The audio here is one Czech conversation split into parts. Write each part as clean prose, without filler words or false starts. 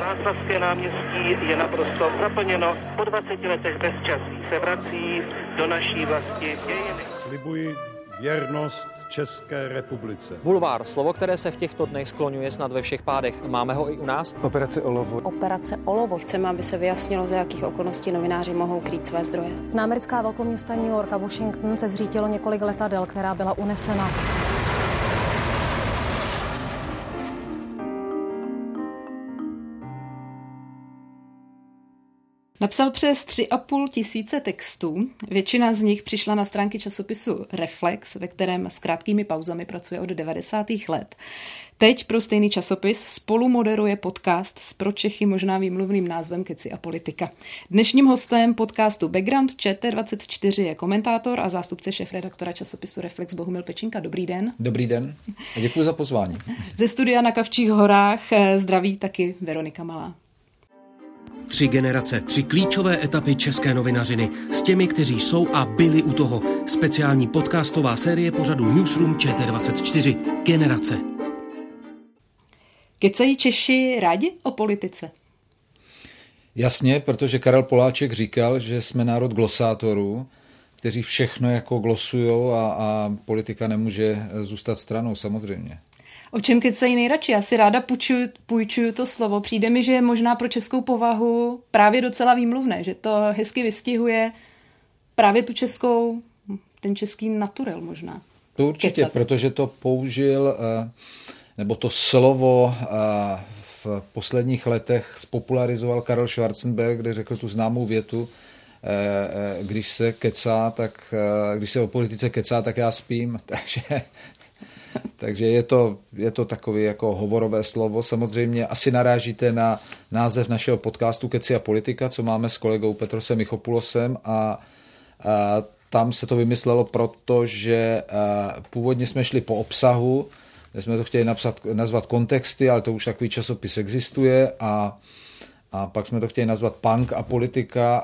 Václavské náměstí je naprosto zaplněno. Po 20 letech bezčasí se vrací do naší vlasti dějiny. Slibuji věrnost České republice. Bulvár, slovo, které se v těchto dnech skloňuje snad ve všech pádech. Máme ho i u nás? Operace Olovo. Operace Olovo. Chceme, aby se vyjasnilo, za jakých okolností novináři mohou krýt své zdroje. Na americká velkoměsta New York a Washington se zřítilo několik letadel, která byla unesena. Napsal přes 3,5 tisíce textů. Většina z nich přišla na stránky časopisu Reflex, ve kterém s krátkými pauzami pracuje od 90. let. Teď pro stejný časopis spolu moderuje podcast s pro Čechy možná výmluvným názvem Keci a politika. Dnešním hostem podcastu Background ČT24 je komentátor a zástupce šéfredaktora časopisu Reflex Bohumil Pečinka. Dobrý den. Dobrý den a děkuji za pozvání. Ze studia na Kavčích horách zdraví taky Veronika Malá. 3 generace, 3 klíčové etapy české novinařiny s těmi, kteří jsou a byli u toho. Speciální podcastová série pořadu Newsroom ČT24. Generace. Kecají Češi rádi o politice? Jasně, protože Karel Poláček říkal, že jsme národ glosátorů, kteří všechno jako glosujou a politika nemůže zůstat stranou, samozřejmě. O čem kecají nejradši? Já si ráda půjčuju to slovo. Přijde mi, že je možná pro českou povahu právě docela výmluvné, že to hezky vystihuje právě tu českou, ten český naturel možná. To určitě, kecat. Protože to použil, nebo to slovo v posledních letech spopularizoval Karel Schwarzenberg, kde řekl tu známou větu, když se o politice kecá, tak já spím. Takže je to takové jako hovorové slovo. Samozřejmě asi narážíte na název našeho podcastu Keci a politika, co máme s kolegou Petrosem Michopulosem a tam se to vymyslelo, protože původně jsme šli po obsahu, kde jsme to chtěli nazvat kontexty, ale to už takový časopis existuje a pak jsme to chtěli nazvat punk a politika,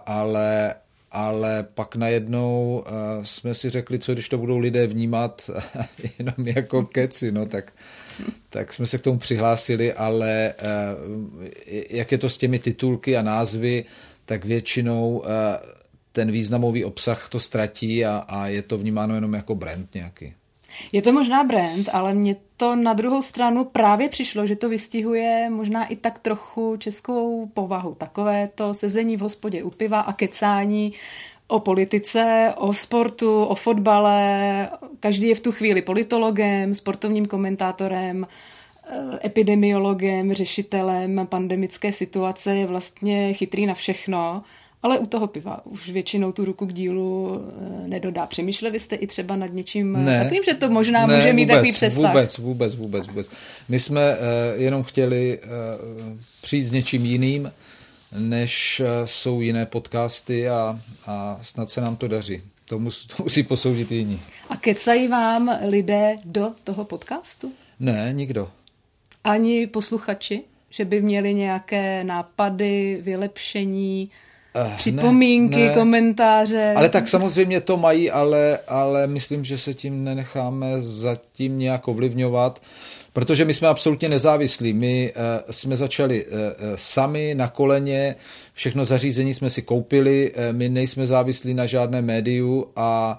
ale pak najednou jsme si řekli, co když to budou lidé vnímat jenom jako keci, no tak jsme se k tomu přihlásili, ale jak je to s těmi titulky a názvy, tak většinou ten významový obsah to ztratí a je to vnímáno jenom jako brand nějaký. Je to možná brand, ale mně to na druhou stranu právě přišlo, že to vystihuje možná i tak trochu českou povahu. Takové to sezení v hospodě u piva a kecání o politice, o sportu, o fotbale. Každý je v tu chvíli politologem, sportovním komentátorem, epidemiologem, řešitelem pandemické situace, je vlastně chytrý na všechno. Ale u toho piva už většinou tu ruku k dílu nedodá. Přemýšleli jste i třeba nad něčím takovým, že to možná může mít takový přesah? Vůbec. My jsme jenom chtěli přijít s něčím jiným, než jsou jiné podcasty a snad se nám to daří. To musí posoudit jiní. A kecají vám lidé do toho podcastu? Ne, nikdo. Ani posluchači? Že by měli nějaké nápady, vylepšení, připomínky, komentáře. Ale tak samozřejmě to mají, ale myslím, že se tím nenecháme zatím nějak ovlivňovat, protože my jsme absolutně nezávislí. My jsme začali sami na koleně, všechno zařízení jsme si koupili, my nejsme závislí na žádné médiu a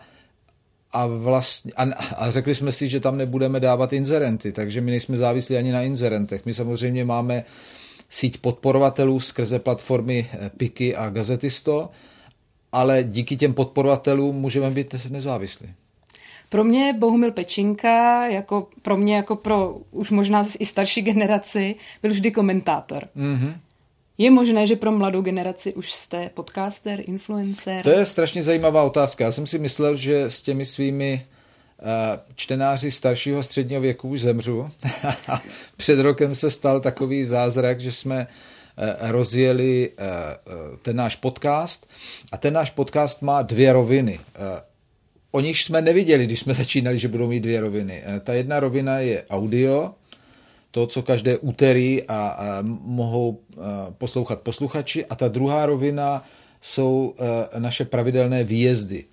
řekli jsme si, že tam nebudeme dávat inzerenty, takže my nejsme závislí ani na inzerentech. My samozřejmě máme síť podporovatelů skrze platformy Piky a Gazetisto, ale díky těm podporovatelům můžeme být nezávislí. Pro mě Bohumil Pečinka, pro mě jako pro už možná i starší generaci, byl vždy komentátor. Mm-hmm. Je možné, že pro mladou generaci už jste podcaster, influencer? To je strašně zajímavá otázka. Já jsem si myslel, že s těmi svými čtenáři staršího a středního věku už zemřu. Před rokem se stal takový zázrak, že jsme rozjeli ten náš podcast a ten náš podcast má 2 roviny. O nich jsme neviděli, když jsme začínali, že budou mít 2 roviny. Ta jedna rovina je audio, to, co každé úterý a mohou poslouchat posluchači, a ta druhá rovina jsou naše pravidelné výjezdy.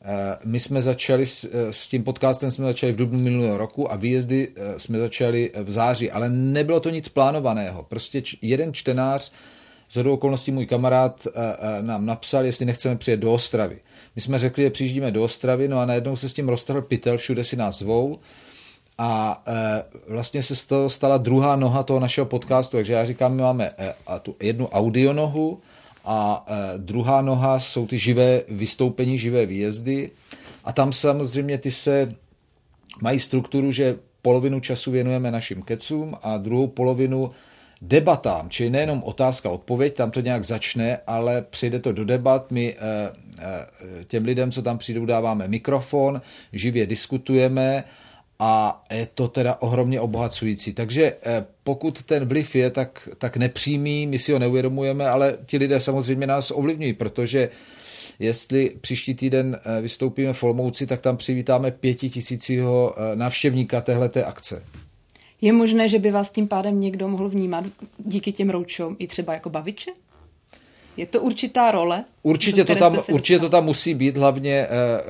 My jsme začali s tím podcastem jsme začali v dubnu minulého roku a výjezdy jsme začali v září, ale nebylo to nic plánovaného. Prostě jeden čtenář, shodou okolností můj kamarád, nám napsal, jestli nechceme přijet do Ostravy. My jsme řekli, že přijíždíme do Ostravy, no a najednou se s tím roztrhl pytel, všude si nás zvou a vlastně se z toho stala druhá noha toho našeho podcastu, takže já říkám, my máme tu jednu audionohu a druhá noha jsou ty živé vystoupení, živé výjezdy a tam samozřejmě ty se mají strukturu, že polovinu času věnujeme našim kecům a druhou polovinu debatám, čili nejenom otázka odpověď, tam to nějak začne, ale přijde to do debat, my těm lidem, co tam přijdou, dáváme mikrofon, živě diskutujeme a je to teda ohromně obohacující. Takže pokud ten vliv je, tak nepřímý, my si ho neuvědomujeme, ale ti lidé samozřejmě nás ovlivňují, protože jestli příští týden vystoupíme v Olomouci, tak tam přivítáme 5000 návštěvníka téhleté akce. Je možné, že by vás tím pádem někdo mohl vnímat díky těm roadshow i třeba jako baviče? Je to určitá role? Určitě to tam musí být, hlavně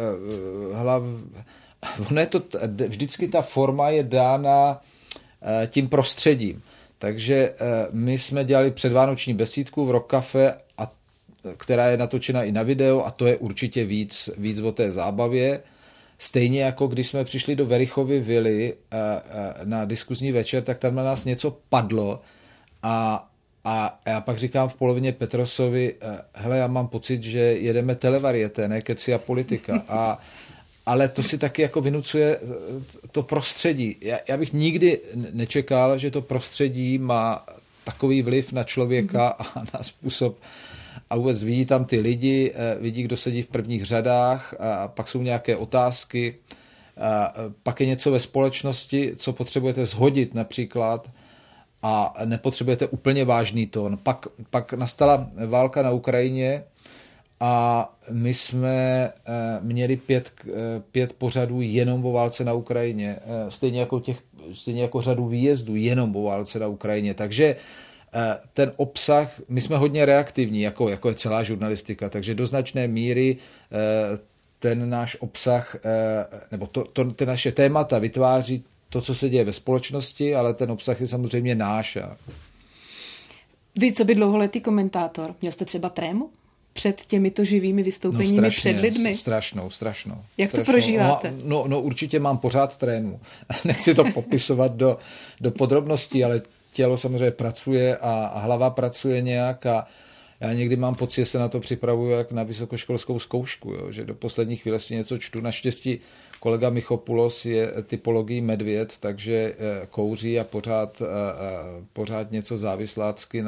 vždycky ta forma je dána tím prostředím. Takže my jsme dělali předvánoční besídku v Rock Café, která je natočena i na video a to je určitě víc o té zábavě. Stejně jako když jsme přišli do Verichovy vily na diskuzní večer, tak tam na nás něco padlo a já pak říkám v polovině Petrosovi, hele, já mám pocit, že jedeme televarieté, ne keci a politika. Ale to si taky jako vynucuje to prostředí. Já bych nikdy nečekal, že to prostředí má takový vliv na člověka a na způsob a vůbec vidí tam ty lidi, vidí, kdo sedí v prvních řadách, a pak jsou nějaké otázky, pak je něco ve společnosti, co potřebujete shodit například a nepotřebujete úplně vážný tón. Pak nastala válka na Ukrajině a my jsme měli 5 pořadů jenom o válce na Ukrajině, stejně jako řadu výjezdů jenom o válce na Ukrajině. Takže ten obsah, my jsme hodně reaktivní, jako je celá žurnalistika, takže do značné míry ten náš obsah, nebo ty naše témata vytváří to, co se děje ve společnosti, ale ten obsah je samozřejmě náš. Vy, co by dlouholetý komentátor, měl jste třeba trému před těmito živými vystoupeními před lidmi? Strašnou. Jak to prožíváte? No určitě mám pořád trému. Nechci to popisovat do podrobností, ale tělo samozřejmě pracuje a hlava pracuje nějak a já někdy mám pocit, že se na to připravuju jak na vysokoškolskou zkoušku, jo, že do poslední chvíle si něco čtu. Naštěstí kolega Michopoulos je typologií medvěd, takže kouří a pořád něco závislácky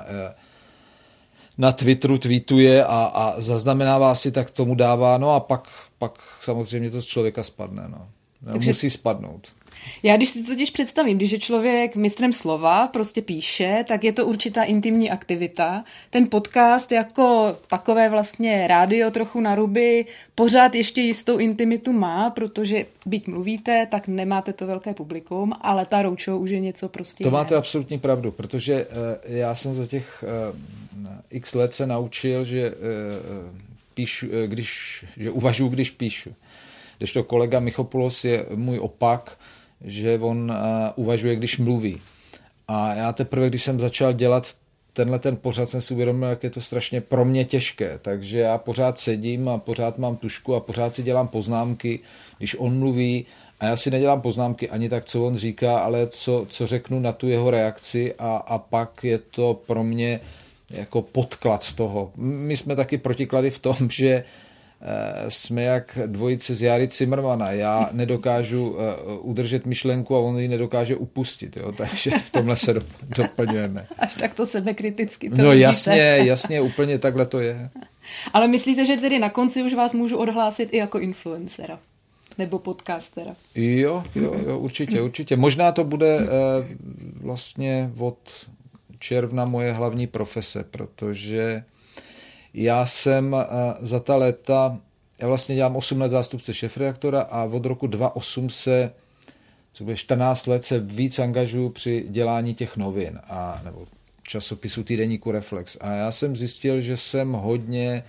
na Twitteru tweetuje a zaznamenává si, tak tomu dává, no a pak samozřejmě to z člověka spadne. No. Takže musí spadnout. Já když si to totiž představím, když je člověk mistrem slova, prostě píše, tak je to určitá intimní aktivita. Ten podcast jako takové vlastně rádio trochu na ruby pořád ještě jistou intimitu má, protože byť mluvíte, tak nemáte to velké publikum, ale ta roadshow už je něco prostě To máte absolutně pravdu, protože já jsem za těch x let se naučil, že uvažuji, když píšu. Když to kolega Michopoulos je můj opak, že on uvažuje, když mluví. A já teprve, když jsem začal dělat ten pořad, jsem si uvědomil, jak je to strašně pro mě těžké. Takže já pořád sedím a pořád mám tušku a pořád si dělám poznámky, když on mluví. A já si nedělám poznámky ani tak, co on říká, ale co řeknu na tu jeho reakci a pak je to pro mě jako podklad z toho. My jsme taky protiklady v tom, že jsme jak dvojice z Járy Cimrmana. Já nedokážu udržet myšlenku a on ji nedokáže upustit. Jo? Takže v tomhle se doplňujeme. Až tak to sebekriticky to No jasně, úplně takhle to je. Ale myslíte, že tedy na konci už vás můžu odhlásit i jako influencera? Nebo podcastera? Jo, určitě. Možná to bude vlastně od června moje hlavní profese, protože já jsem za ta léta, já vlastně dělám 8 let zástupce šéfredaktora a od roku 2008 co 14 let se víc angažuju při dělání těch novin nebo časopisu týdeníku Reflex. A já jsem zjistil, že jsem hodně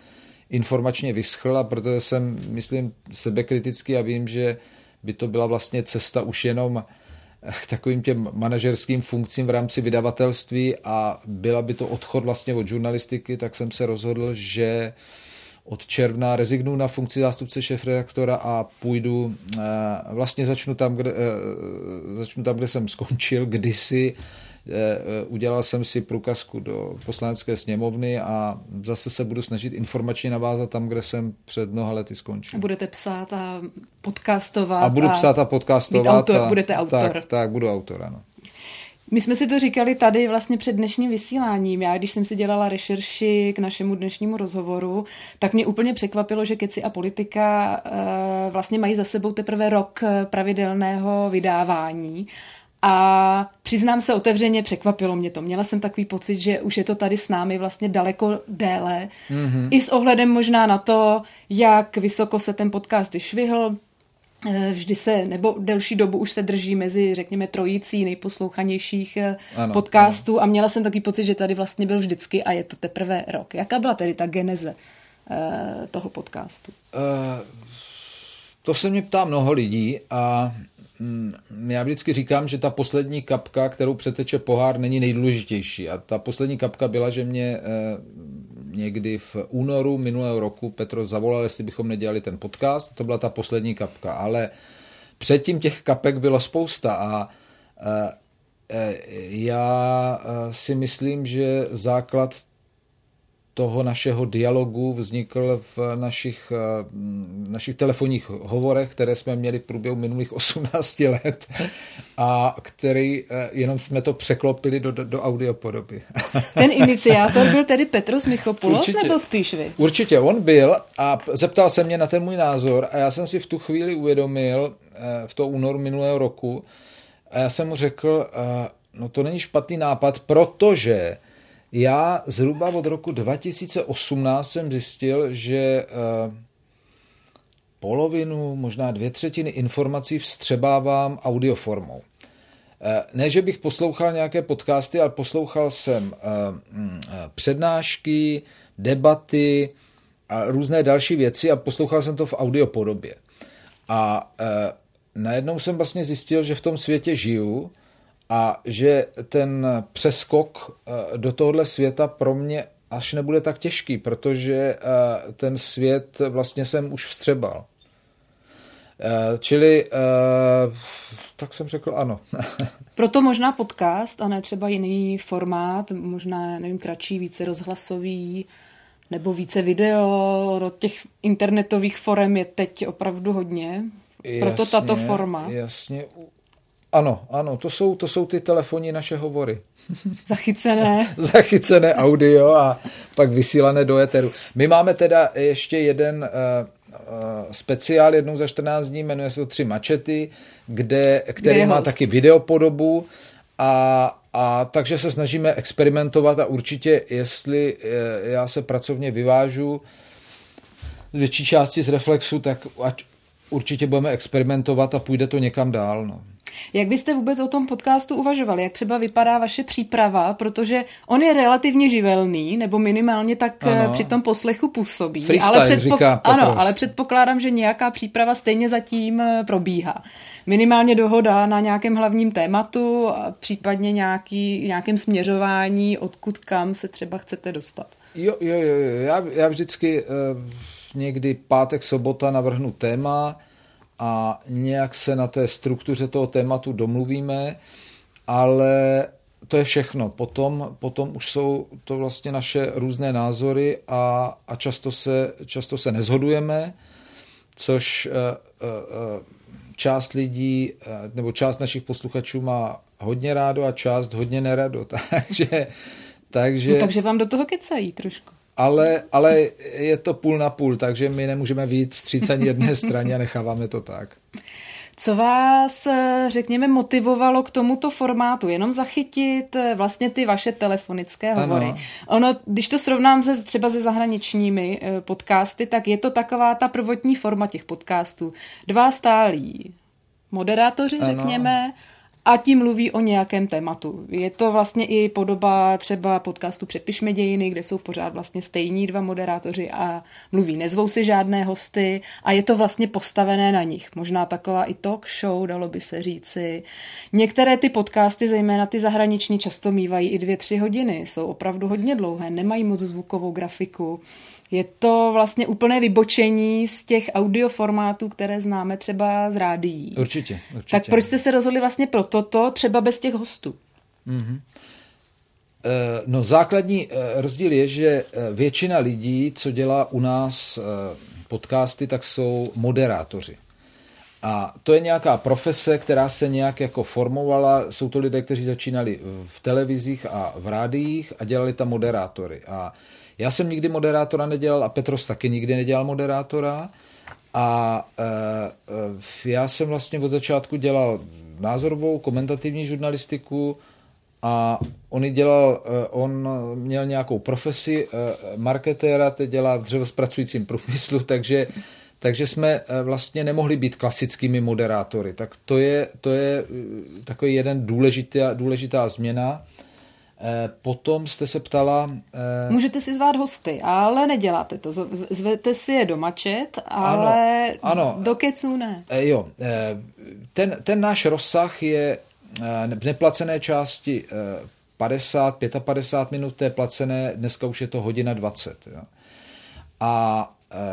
informačně vyschl, a protože jsem, myslím, sebekritický a vím, že by to byla vlastně cesta už jenom k takovým těm manažerským funkcím v rámci vydavatelství a byla by to odchod vlastně od žurnalistiky, tak jsem se rozhodl, že od června rezignuju na funkci zástupce šéfredaktora a půjdu, vlastně začnu tam, kde jsem skončil kdysi. Udělal jsem si průkazku do Poslanecké sněmovny a zase se budu snažit informačně navázat tam, kde jsem před mnoha lety skončil. Budete psát a podcastovat. A budu psát a podcastovat. Budete autor. Tak, budu autor, ano. My jsme si to říkali tady vlastně před dnešním vysíláním. Já, když jsem si dělala rešerši k našemu dnešnímu rozhovoru, tak mě úplně překvapilo, že Keci a politika vlastně mají za sebou teprve rok pravidelného vydávání. A přiznám se otevřeně, překvapilo mě to. Měla jsem takový pocit, že už je to tady s námi vlastně daleko déle. Mm-hmm. I s ohledem možná na to, jak vysoko se ten podcast vyšvihl. Vždy se, nebo delší dobu už se drží mezi, řekněme, trojicí nejposlouchanějších podcastů. Ano. A měla jsem takový pocit, že tady vlastně byl vždycky a je to teprve rok. Jaká byla tedy ta geneze toho podcastu? To se mě ptá mnoho lidí a já vždycky říkám, že ta poslední kapka, kterou přeteče pohár, není nejdůležitější. A ta poslední kapka byla, že mě někdy v únoru minulého roku Petro zavolal, jestli bychom nedělali ten podcast. To byla ta poslední kapka. Ale předtím těch kapek bylo spousta a já si myslím, že základ toho našeho dialogu vznikl v našich telefonních hovorech, které jsme měli v průběhu minulých 18 let a který jenom jsme to překlopili do audiopodoby. Ten iniciátor byl tedy Petros Michopoulos nebo spíš vy? Určitě, on byl a zeptal se mě na ten můj názor a já jsem si v tu chvíli uvědomil, v to únoru minulého roku, a já jsem mu řekl, no to není špatný nápad, protože já zhruba od roku 2018 jsem zjistil, že polovinu, možná 2/3 informací vstřebávám audioformou. Ne, že bych poslouchal nějaké podcasty, ale poslouchal jsem přednášky, debaty a různé další věci a poslouchal jsem to v audiopodobě. A najednou jsem vlastně zjistil, že v tom světě žiju a že ten přeskok do tohohle světa pro mě až nebude tak těžký, protože ten svět vlastně jsem už vstřebal. Čili tak jsem řekl ano. Proto možná podcast a ne třeba jiný formát, možná, nevím, kratší, více rozhlasový nebo více video. Od těch internetových forem je teď opravdu hodně. Proto jasně, tato forma. Jasně. Ano, to jsou ty telefonní naše hovory. Zachycené audio a pak vysílané do éteru. My máme teda ještě jeden speciál jednou za 14 dní, jmenuje se to 3 mačety, který má taky videopodobu a takže se snažíme experimentovat a určitě, jestli já se pracovně vyvážu z větší části z Reflexu, tak určitě budeme experimentovat a půjde to někam dál. No. Jak byste vůbec o tom podcastu uvažovali? Jak třeba vypadá vaše příprava? Protože on je relativně živelný, nebo minimálně tak při tom poslechu působí. Freestyle, říká Petros. Ano, ale předpokládám, že nějaká příprava stejně zatím probíhá. Minimálně dohoda na nějakém hlavním tématu a případně nějakém směřování, odkud kam se třeba chcete dostat. Jo. Já vždycky někdy pátek, sobota navrhnu téma a nějak se na té struktuře toho tématu domluvíme, ale to je všechno. Potom už jsou to vlastně naše různé názory a často se neshodujeme, což část lidí nebo část našich posluchačů má hodně rádo a část hodně nerado. Takže vám do toho kecají trošku. Ale je to půl na půl, takže my nemůžeme vyjít vstříc ani jedné straně a necháváme to tak. Co vás, řekněme, motivovalo k tomuto formátu? Jenom zachytit vlastně ty vaše telefonické hovory. Ano. Ono, když to srovnám třeba se zahraničními podcasty, tak je to taková ta prvotní forma těch podcastů. 2 stálí moderátoři, řekněme, a tím mluví o nějakém tématu. Je to vlastně i podoba třeba podcastu Přepišme dějiny, kde jsou pořád vlastně stejní dva moderátoři a mluví, nezvou si žádné hosty a je to vlastně postavené na nich. Možná taková i talk show, dalo by se říci. Některé ty podcasty, zejména ty zahraniční, často mívají i 2-3 hodiny. Jsou opravdu hodně dlouhé, nemají moc zvukovou grafiku. Je to vlastně úplné vybočení z těch audioformátů, které známe třeba z rádií. Určitě. Tak proč jste se rozhodli vlastně pro toto, třeba bez těch hostů? Mm-hmm. No, základní rozdíl je, že většina lidí, co dělá u nás podcasty, tak jsou moderátoři. A to je nějaká profese, která se nějak jako formovala. Jsou to lidé, kteří začínali v televizích a v rádiích a dělali tam moderátory. A já jsem nikdy moderátora nedělal a Petros taky nikdy nedělal moderátora. A já jsem vlastně od začátku dělal názorovou, komentativní žurnalistiku a on měl nějakou profesi marketéra, teď dělá v dřevozpracujícím průmyslu, takže jsme vlastně nemohli být klasickými moderátory. Tak to je takový jeden důležitá změna. Potom jste se ptala... Můžete si zvát hosty, ale neděláte to. Zvete si je do mačet, ale ano, do keců ne. Jo, ten náš rozsah je v neplacené části 55 minut, to je placené, dneska už je to 1:20. Jo. A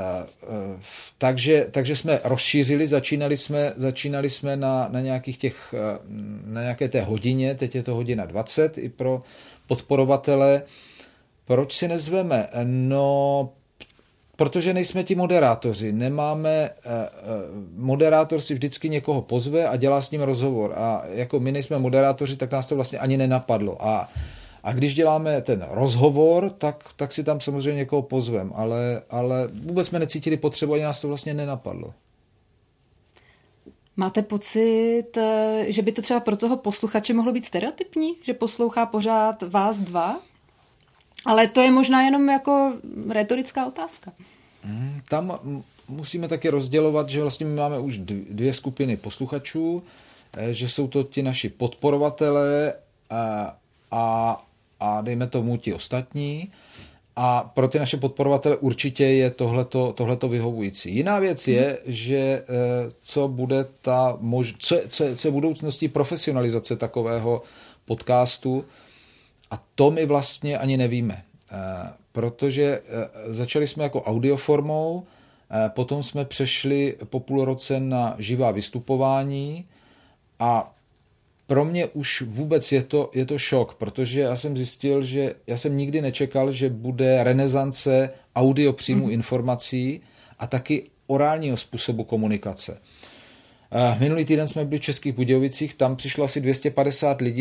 takže jsme rozšířili, začínali jsme na nějaké té hodině, teď je to 1:20 i pro podporovatele. Proč si nezveme? No, protože nejsme ti moderátoři. Nemáme, moderátor si vždycky někoho pozve a dělá s ním rozhovor. A jako my nejsme moderátoři, tak nás to vlastně ani nenapadlo. A když děláme ten rozhovor, tak si tam samozřejmě někoho pozvem, ale vůbec jsme necítili potřebu, ani nás to vlastně nenapadlo. Máte pocit, že by to třeba pro toho posluchače mohlo být stereotypní, že poslouchá pořád vás dva? Ale to je možná jenom jako retorická otázka. Tam musíme taky rozdělovat, že vlastně my máme už 2 skupiny posluchačů, že jsou to ti naši podporovatelé a dejme tomu ti ostatní. A pro ty naše podporovatele určitě je tohleto vyhovující. Jiná věc je, že co bude co je budoucností profesionalizace takového podcastu, a to my vlastně ani nevíme. Protože začali jsme jako audioformou, potom jsme přešli po půl roce na živá vystupování a pro mě už vůbec je to šok, protože já jsem zjistil, že já jsem nikdy nečekal, že bude renesance audio příjmu informací a taky orálního způsobu komunikace. Minulý týden jsme byli v Českých Budějovicích, tam přišlo asi 250 lidí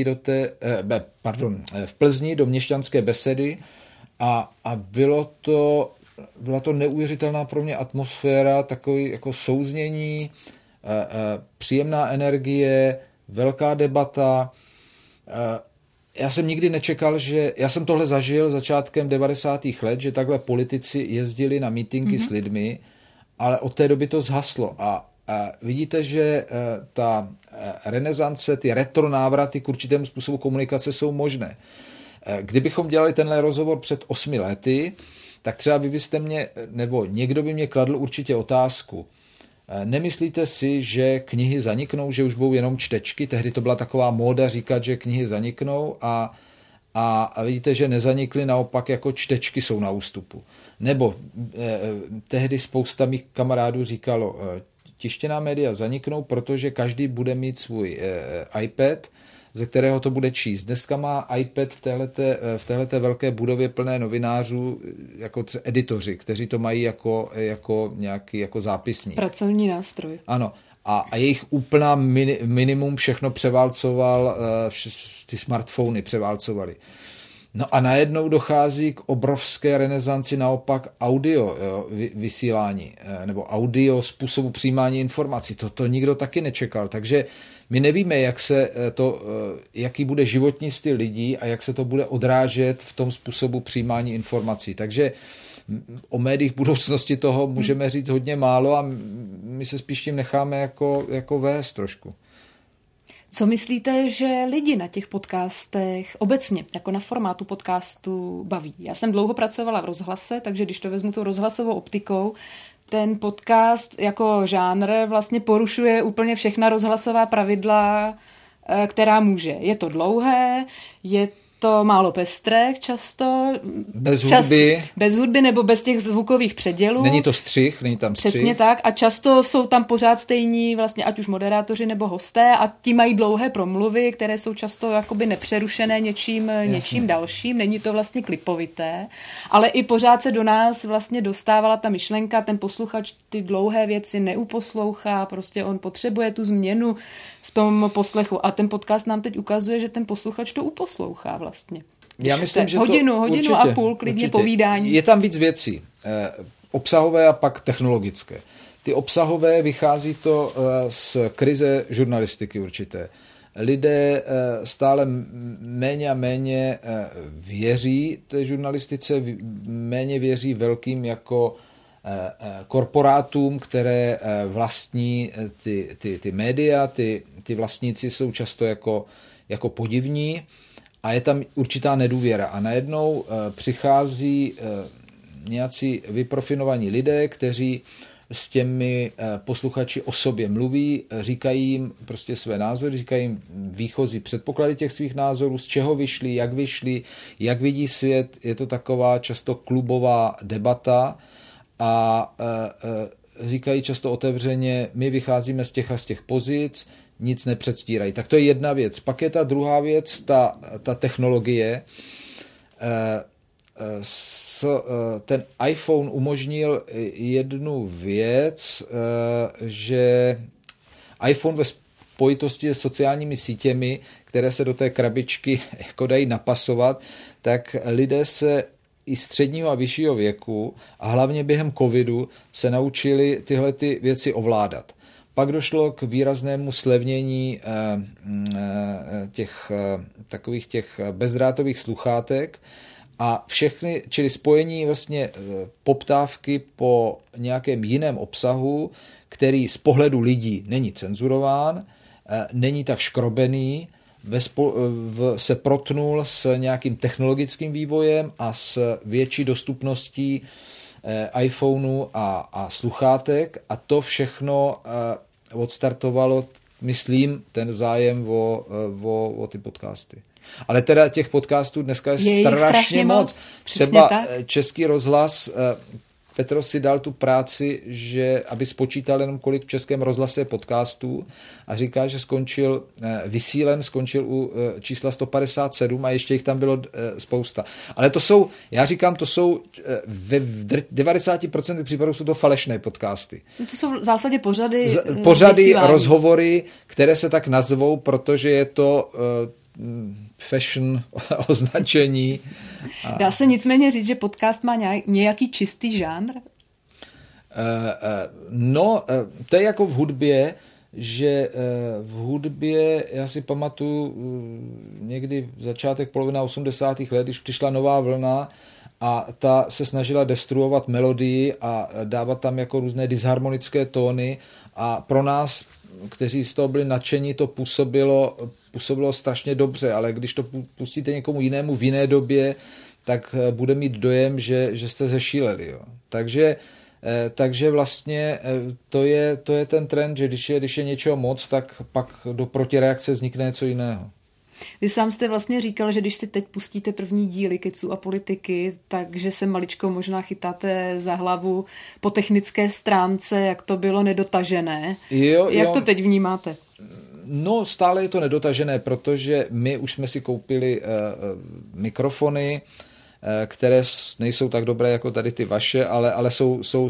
v Plzni do měšťanské besedy a byla to neuvěřitelná pro mě atmosféra, takový jako souznění, příjemná energie, velká debata. Já jsem nikdy nečekal, já jsem tohle zažil začátkem 90. let, že takhle politici jezdili na mítinky s lidmi, ale od té doby to zhaslo a vidíte, že ta renesance, ty retro návraty k určitému způsobu komunikace jsou možné. Kdybychom dělali tenhle rozhovor před 8 lety, tak třeba vy byste mě, nebo někdo by mě kladl určitě otázku. Nemyslíte si, že knihy zaniknou, že už budou jenom čtečky? Tehdy to byla taková móda říkat, že knihy zaniknou a vidíte, že nezanikly, naopak jako čtečky jsou na ústupu. Nebo tehdy spousta mých kamarádů říkalo, tištěná média zaniknou, protože každý bude mít svůj iPad, ze kterého to bude číst. Dneska má iPad v téhleté velké budově plné novinářů jako editoři, kteří to mají jako nějaký jako zápisník. Pracovní nástroj. Ano. A jejich úplná minimum všechno převálcoval, ty smartfony převálcovali. No a najednou dochází k obrovské renesanci naopak audio vysílání nebo audio způsobu přijímání informací. To nikdo taky nečekal, takže my nevíme, jaký bude životní styl lidí a jak se to bude odrážet v tom způsobu přijímání informací. Takže o médiích budoucnosti toho můžeme říct hodně málo a my se spíš tím necháme jako vést trošku. Co myslíte, že lidi na těch podcastech obecně, jako na formátu podcastu, baví? Já jsem dlouho pracovala v rozhlase, takže když to vezmu tou rozhlasovou optikou, ten podcast jako žánr vlastně porušuje úplně všechna rozhlasová pravidla, která může. Je to dlouhé, je to málo pestré často. Bez hudby nebo bez těch zvukových předělů. Není to střih, není tam střih. Přesně tak a často jsou tam pořád stejní vlastně ať už moderátoři nebo hosté a ti mají dlouhé promluvy, které jsou často jakoby nepřerušené něčím dalším. Není to vlastně klipovité, ale i pořád se do nás vlastně dostávala ta myšlenka, ten posluchač ty dlouhé věci neuposlouchá, prostě on potřebuje tu změnu v tom poslechu a ten podcast nám teď ukazuje, že ten posluchač to uposlouchá vlastně. Já myslím, že hodinu určitě, a půl klidně povídání. Je tam víc věcí. Obsahové a pak technologické. Ty obsahové vychází to z krize žurnalistiky určité. Lidé stále méně a méně věří té žurnalistice, méně věří velkým jako korporátům, které vlastní ty média, ty vlastníci jsou často jako podivní a je tam určitá nedůvěra. A najednou přichází nějací vyprofinovaní lidé, kteří s těmi posluchači o sobě mluví, říkají jim prostě své názory, říkají jim výchozí předpoklady těch svých názorů, z čeho vyšli, jak vidí svět. Je to taková často klubová debata a říkají často otevřeně, my vycházíme z těch pozic, nic nepředstírají. Tak to je jedna věc. Pak je ta druhá věc, ta technologie. Ten iPhone umožnil jednu věc, že iPhone ve spojitosti s sociálními sítěmi, které se do té krabičky jako dají napasovat, tak lidé se i středního a vyššího věku a hlavně během covidu se naučili tyhle ty věci ovládat. Pak došlo k výraznému slevnění takových těch bezdrátových sluchátek a všechny, čili spojení vlastně poptávky po nějakém jiném obsahu, který z pohledu lidí není cenzurován, není tak škrobený, se protnul s nějakým technologickým vývojem a s větší dostupností iPhoneu a sluchátek a to všechno odstartovalo, myslím, ten zájem o ty podcasty. Ale teda těch podcastů dneska je strašně moc. Třeba Český rozhlas, Petro si dal tu práci, že aby spočítal jenom kolik v Českém rozhlase je podcastů a říká, že skončil u čísla 157 a ještě jich tam bylo spousta. Ale to jsou, já říkám, to jsou ve 90% případů jsou to falešné podcasty. To jsou v zásadě pořady rozhovory, které se tak nazvou, protože je to fashion označení. Dá se nicméně říct, že podcast má nějaký čistý žánr? To je jako v hudbě, že v hudbě, já si pamatuju někdy začátek polovina 80. let, když přišla nová vlna a ta se snažila destruovat melodii a dávat tam jako různé disharmonické tóny a pro nás, kteří z toho byli nadšení, to působilo strašně dobře, ale když to pustíte někomu jinému v jiné době, tak bude mít dojem, že jste zešíleli. Jo. Takže vlastně to je ten trend, že když je něčeho moc, tak pak do protireakce vznikne něco jiného. Vy sám jste vlastně říkal, že když si teď pustíte první díly Keců a politiky, takže se maličko možná chytáte za hlavu po technické stránce, jak to bylo nedotažené. Jak to teď vnímáte? No, stále je to nedotažené, protože my už jsme si koupili mikrofony, které nejsou tak dobré jako tady ty vaše, ale jsou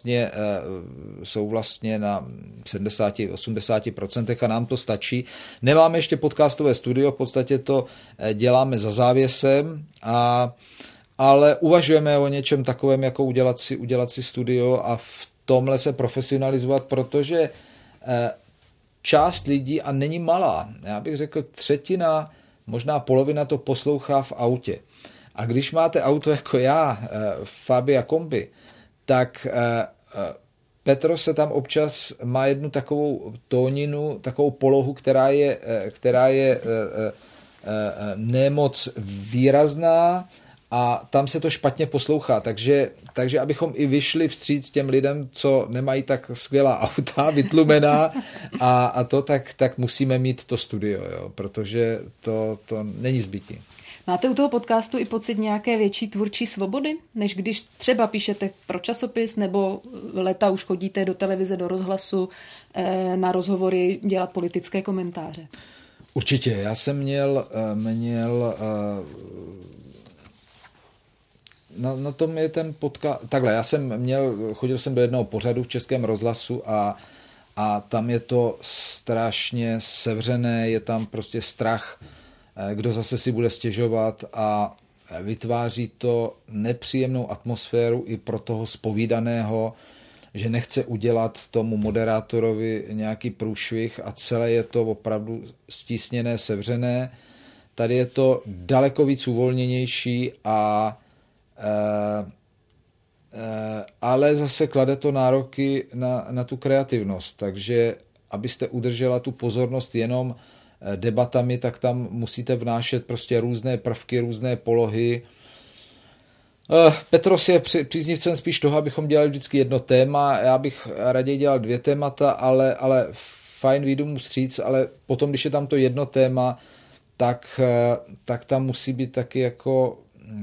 vlastně na 70-80% a nám to stačí. Nemáme ještě podcastové studio, v podstatě to děláme za závěsem, ale uvažujeme o něčem takovém, jako udělat si studio a v tomhle se profesionalizovat, protože část lidí, a není malá, já bych řekl 1/3, možná polovina to poslouchá v autě. A když máte auto jako já, Fabia Kombi, tak Petros tam občas má jednu takovou tóninu, takovou polohu, která je nemoc výrazná a tam se to špatně poslouchá, takže abychom i vyšli vstříc těm lidem, co nemají tak skvělá auta, vytlumená a to, tak musíme mít to studio, jo, protože to není zbytí. Máte u toho podcastu i pocit nějaké větší tvůrčí svobody, než když třeba píšete pro časopis nebo leta už chodíte do televize, do rozhlasu na rozhovory dělat politické komentáře? Určitě. Já jsem měl na tom je ten podcast. Takhle, chodil jsem do jednoho pořadu v Českém rozhlasu a tam je to strašně sevřené, je tam prostě strach, kdo zase si bude stěžovat a vytváří to nepříjemnou atmosféru i pro toho zpovídaného, že nechce udělat tomu moderátorovi nějaký průšvih a celé je to opravdu stísněné, sevřené. Tady je to daleko víc uvolněnější ale zase klade to nároky na tu kreativnost, takže abyste udržela tu pozornost jenom debatami, tak tam musíte vnášet prostě různé prvky, různé polohy. Petros je příznivcem spíš toho, abychom dělali vždycky jedno téma, já bych raději dělal 2 témata, ale fajn, vyjdu mu vstříc, ale potom, když je tam to jedno téma, tak tam musí být taky jako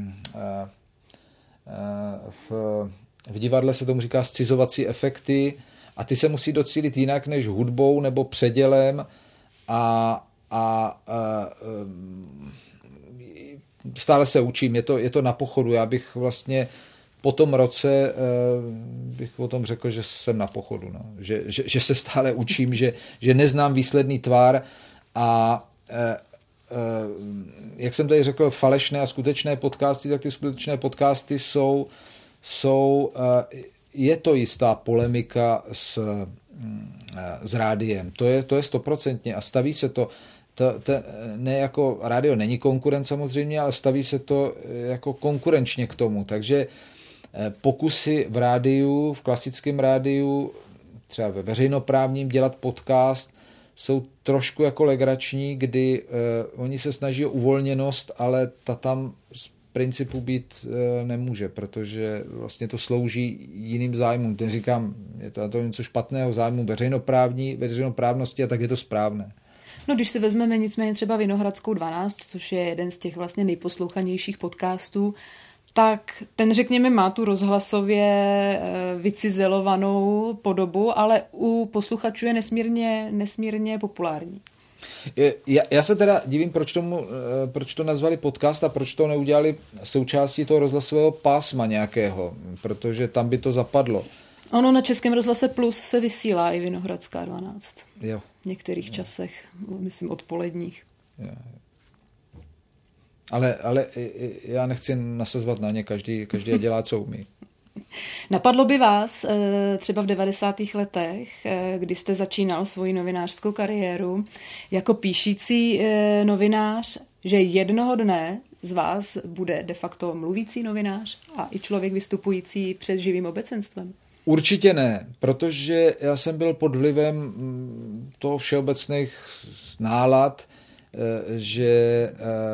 v divadle se tomu říká scizovací efekty a ty se musí docílit jinak než hudbou nebo předělem a stále se učím, je to na pochodu, já bych vlastně po tom roce bych o tom řekl, že jsem na pochodu, no. Že se stále učím, že neznám výsledný tvar a jak jsem tady řekl, falešné a skutečné podcasty, tak ty skutečné podcasty jsou je to jistá polemika s rádiem. To je 100% a staví se to ne jako rádio není konkurent samozřejmě, ale staví se to jako konkurenčně k tomu. Takže pokusy v rádiu, v klasickém rádiu, třeba ve veřejnoprávním dělat podcast, jsou trošku jako legrační, kdy oni se snaží o uvolněnost, ale ta tam z principu být nemůže, protože vlastně to slouží jiným zájmům. Ten říkám, je to něco špatného zájmu veřejnoprávnosti a tak je to správné. No, když si vezmeme nicméně třeba Vinohradskou 12, což je jeden z těch vlastně nejposlouchanějších podcastů, tak ten, řekněme, má tu rozhlasově vycizelovanou podobu, ale u posluchačů je nesmírně populární. Já se teda divím, proč to nazvali podcast a proč to neudělali součástí toho rozhlasového pásma nějakého, protože tam by to zapadlo. Ono na Českém rozhlase Plus se vysílá i Vinohradská 12. Jo. V některých časech, myslím odpoledních. Jo. Ale já nechci nasazovat na ně, každý dělá, co umí. Napadlo by vás třeba v 90. letech, kdy jste začínal svoji novinářskou kariéru jako píšící novinář, že jednoho dne z vás bude de facto mluvící novinář a i člověk vystupující před živým obecenstvem? Určitě ne, protože já jsem byl pod vlivem toho všeobecných nálad, že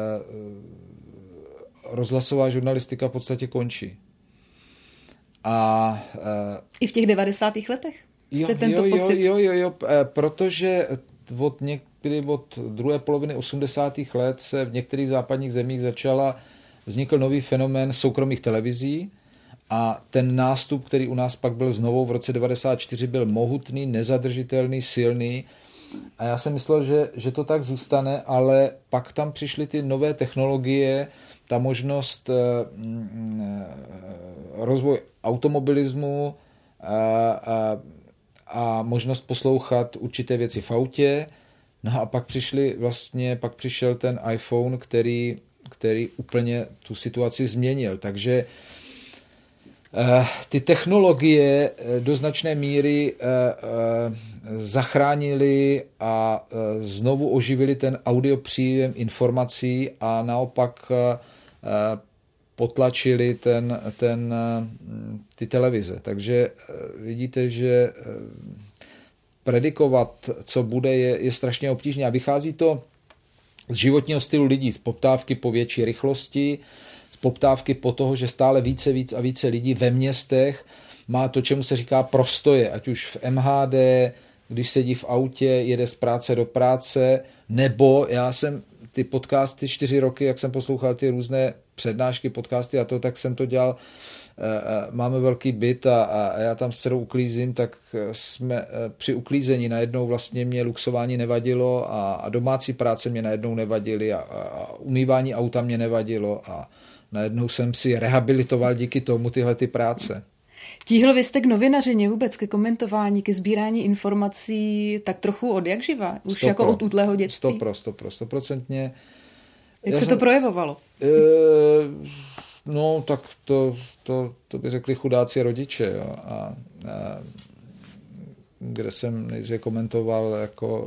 rozhlasová žurnalistika v podstatě končí. I v těch 90. letech? Jste tento pocit? Jo, protože od druhé poloviny 80. let se v některých západních zemích vznikl nový fenomén soukromých televizí a ten nástup, který u nás pak byl znovu v roce 94, byl mohutný, nezadržitelný, silný a já jsem myslel, že to tak zůstane, ale pak tam přišly ty nové technologie, ta možnost rozvoj automobilismu a možnost poslouchat určité věci v autě. No a pak přišel ten iPhone, který úplně tu situaci změnil. Takže ty technologie do značné míry zachránily a znovu oživili ten audiopříjem informací a naopak potlačili ty televize. Takže vidíte, že predikovat, co bude, je strašně obtížné a vychází to z životního stylu lidí, z poptávky po větší rychlosti, z poptávky po toho, že stále víc a více lidí ve městech má to, čemu se říká prostoje, ať už v MHD, když sedí v autě, jede z práce do práce, nebo já jsem ty podcasty 4 roky, jak jsem poslouchal ty různé přednášky, podcasty a to, tak jsem to dělal. Máme velký byt a já tam s dcerou uklízím, tak jsme při uklízení najednou vlastně mě luxování nevadilo a domácí práce mě najednou nevadily a umývání auta mě nevadilo a najednou jsem si rehabilitoval díky tomu tyhle ty práce. Tíhl vy jste k novinařině vůbec, ke komentování, ke sbírání informací tak trochu od jak živa? Už jako od útlého dětství? 100%. Jak se to projevovalo? No, tak to by řekli chudáci rodiče. Jo. A kde jsem nejdříve komentoval jako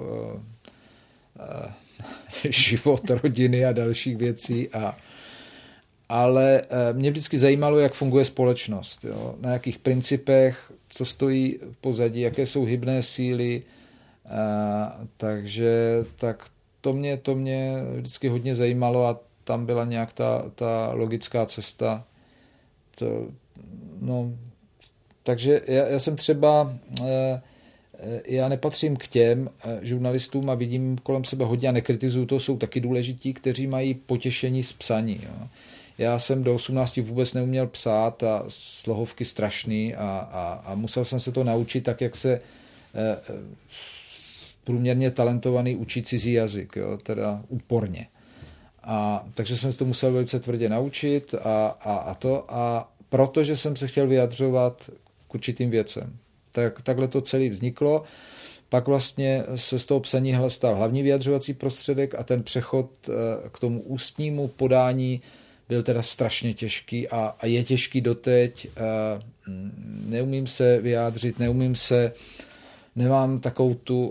život rodiny a dalších věcí. Ale mě vždycky zajímalo, jak funguje společnost. Jo. Na jakých principech, co stojí v pozadí, jaké jsou hybné síly. Takže tak to mě vždycky hodně zajímalo a tam byla nějak ta logická cesta. Takže já jsem třeba, já nepatřím k těm žurnalistům a vidím kolem sebe hodně a nekritizuju, to jsou taky důležití, kteří mají potěšení z psaní. Jo. Já jsem do 18 vůbec neuměl psát a slohovky strašný a musel jsem se to naučit tak, jak se průměrně talentovaný učí cizí jazyk, jo, teda úporně. Takže jsem se to musel velice tvrdě naučit a protože jsem se chtěl vyjadřovat k určitým věcem. Takhle to celé vzniklo. Pak vlastně se z toho psaní stal hlavní vyjadřovací prostředek a ten přechod k tomu ústnímu podání byl teda strašně těžký a je těžký doteď. Neumím se vyjádřit, nemám takovou tu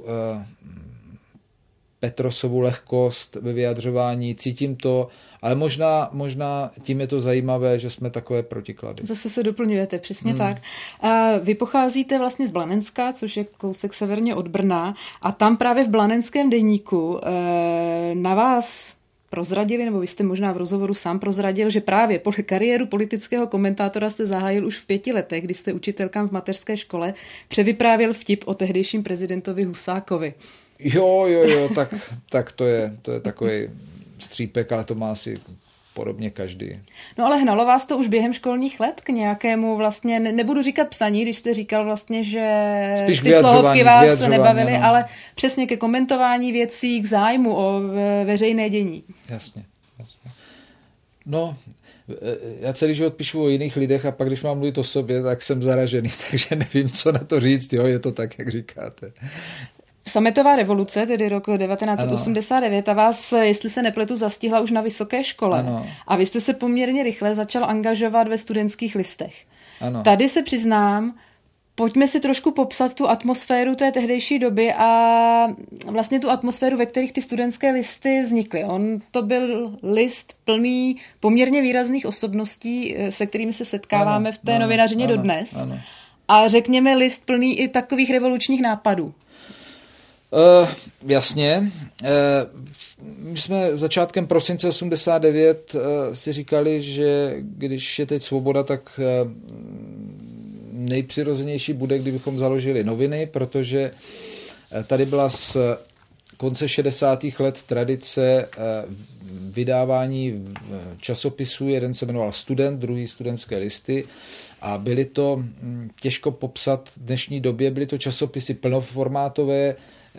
Petrosovu lehkost ve vyjadřování, cítím to, ale možná tím je to zajímavé, že jsme takové protiklady. Zase se doplňujete, přesně tak. A vy pocházíte vlastně z Blanenska, což je kousek severně od Brna a tam právě v Blanenském deníku na vás prozradili, nebo vy jste možná v rozhovoru sám prozradil, že právě kariéru politického komentátora jste zahájil už v 5 letech, kdy jste učitelkám v mateřské škole převyprávěl vtip o tehdejším prezidentovi Husákovi. Jo, tak to je takový střípek, ale to má asi podobně každý. No ale hnalo vás to už během školních let k nějakému vlastně, nebudu říkat psaní, když jste říkal vlastně, že spíš ty slohovky vás nebavily, no. Ale přesně ke komentování věcí, k zájmu o veřejné dění. Jasně. No, já celý život píšu o jiných lidech a pak, když mám mluvit o sobě, tak jsem zaražený, takže nevím, co na to říct, jo, je to tak, jak říkáte. Sametová revoluce, tedy rok 1989, a vás, jestli se nepletu, zastihla už na vysoké škole. Ano. A vy jste se poměrně rychle začal angažovat ve studentských listech. Ano. Tady se přiznám, pojďme si trošku popsat tu atmosféru té tehdejší doby a vlastně tu atmosféru, ve kterých ty studentské listy vznikly. On to byl list plný poměrně výrazných osobností, se kterými se setkáváme v té novinařině dodnes. Ano. A řekněme list plný i takových revolučních nápadů. Jasně. My jsme začátkem prosince 89 si říkali, že když je teď svoboda, tak nejpřirozenější bude, kdybychom založili noviny, protože tady byla z konce 60. let tradice vydávání časopisů. Jeden se jmenoval Student, druhý Studentské listy. A byly to, těžko popsat v dnešní době, byly to časopisy plnoformátové,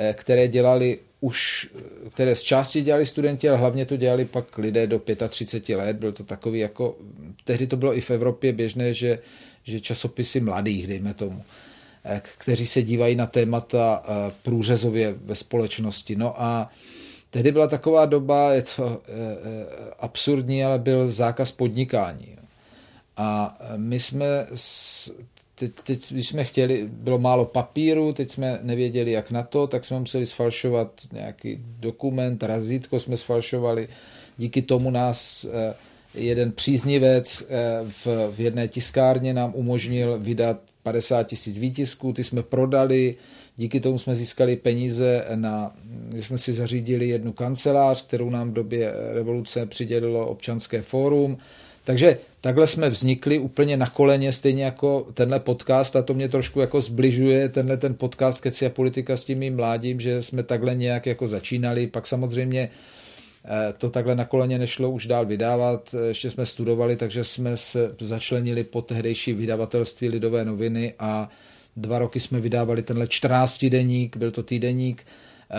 které z části dělali studenti, ale hlavně to dělali pak lidé do 35 let. Byl to takový jako, tehdy to bylo i v Evropě běžné, že časopisy mladých, dejme tomu, kteří se dívají na témata průřezově ve společnosti. No a tehdy byla taková doba, je to absurdní, ale byl zákaz podnikání. A my jsme teď, když jsme chtěli, bylo málo papíru, teď jsme nevěděli, jak na to, tak jsme museli sfalšovat nějaký dokument, razítko jsme sfalšovali. Díky tomu nás jeden příznivec v jedné tiskárně nám umožnil vydat 50 000 výtisků, ty jsme prodali, díky tomu jsme získali peníze když jsme si zařídili jednu kancelář, kterou nám v době revoluce přidělilo Občanské fórum. Takže takhle jsme vznikli úplně na koleně, stejně jako tenhle podcast, a to mě trošku jako zbližuje, ten podcast Keci a politika s tím mým mládím, že jsme takhle nějak jako začínali, pak samozřejmě to takhle na koleně nešlo už dál vydávat, ještě jsme studovali, takže jsme se začlenili pod tehdejší vydavatelství Lidové noviny a 2 roky jsme vydávali tenhle 14denník, byl to týdeník.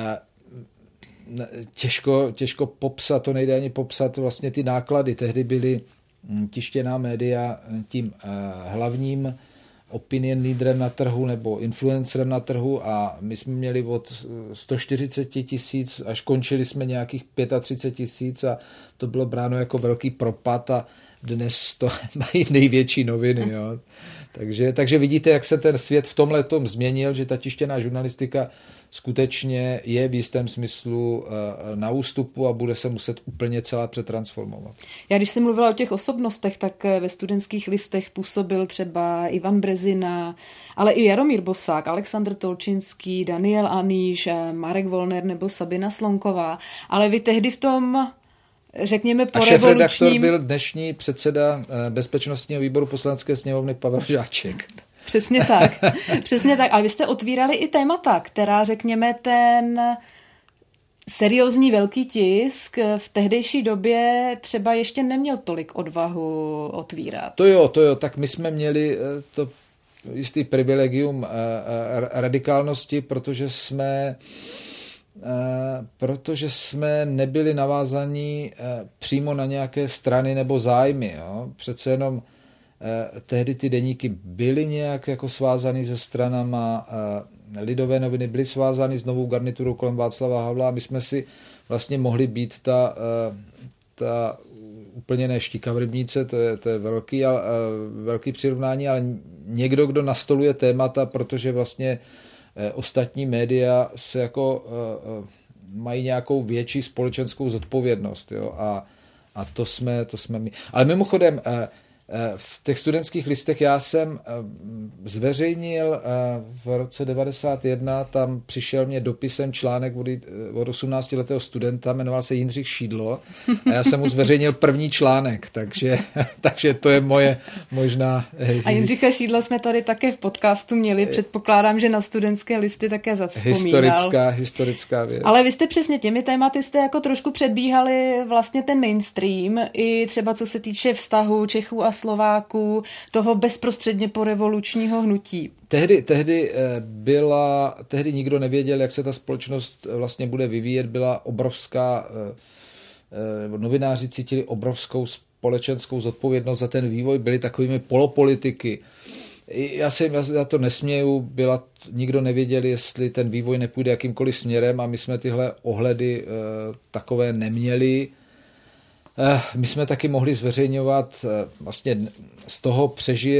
Těžko popsat, to nejde ani popsat vlastně ty náklady. Tehdy byly tištěná média tím hlavním opinion leaderem na trhu nebo influencerem na trhu a my jsme měli od 140 000 až končili jsme nějakých 35 000 a to bylo bráno jako velký propad a dnes to mají největší noviny. Jo. Takže vidíte, jak se ten svět v tomhletom změnil, že ta tištěná žurnalistika skutečně je v jistém smyslu na ústupu a bude se muset úplně celá přetransformovat. Já když jsem mluvila o těch osobnostech, tak ve Studentských listech působil třeba Ivan Brezina, ale i Jaromír Bosák, Alexandr Tolčinský, Daniel Aníš, Marek Volner nebo Sabina Slonková, ale vy tehdy v tom, řekněme, po revolučním... A šéfredaktor byl dnešní předseda bezpečnostního výboru Poslanecké sněmovny Pavel Žáček. Přesně tak, přesně tak. Ale vy jste otvírali i témata, která, řekněme, ten seriózní velký tisk v tehdejší době třeba ještě neměl tolik odvahu otvírat. To jo, tak my jsme měli to jistý privilegium radikálnosti, protože jsme nebyli navázaní přímo na nějaké strany nebo zájmy. Jo. Přece jenom tehdy ty deníky byly nějak jako svázány se stranama, Lidové noviny byly svázány s novou garniturou kolem Václava Havla a my jsme si vlastně mohli být ta úplně ne štika v rybníce, to je velký přirovnání, ale někdo, kdo nastoluje témata, protože vlastně ostatní média se jako mají nějakou větší společenskou zodpovědnost. Jo? A to jsme my. Ale mimochodem, v těch Studentských listech já jsem zveřejnil v roce 1991, tam přišel mě dopisem článek od 18letého studenta, jmenoval se Jindřich Šídlo a já jsem mu zveřejnil první článek, takže to je moje možná... A Jindřicha Šídla jsme tady také v podcastu měli, předpokládám, že na Studentské listy také zavzpomínal. Historická věc. Ale vy jste přesně těmi tématy jste jako trošku předbíhali vlastně ten mainstream, i třeba co se týče vztahu Čechů a Slováků, toho bezprostředně po revolučního hnutí. Tehdy nikdo nevěděl, jak se ta společnost vlastně bude vyvíjet. Byla obrovská, novináři cítili obrovskou společenskou zodpovědnost za ten vývoj, byli takovými polopolitiky. Já to nesměju, nikdo nevěděl, jestli ten vývoj nepůjde jakýmkoliv směrem a my jsme tyhle ohledy takové neměli. My jsme taky mohli zveřejňovat, vlastně z toho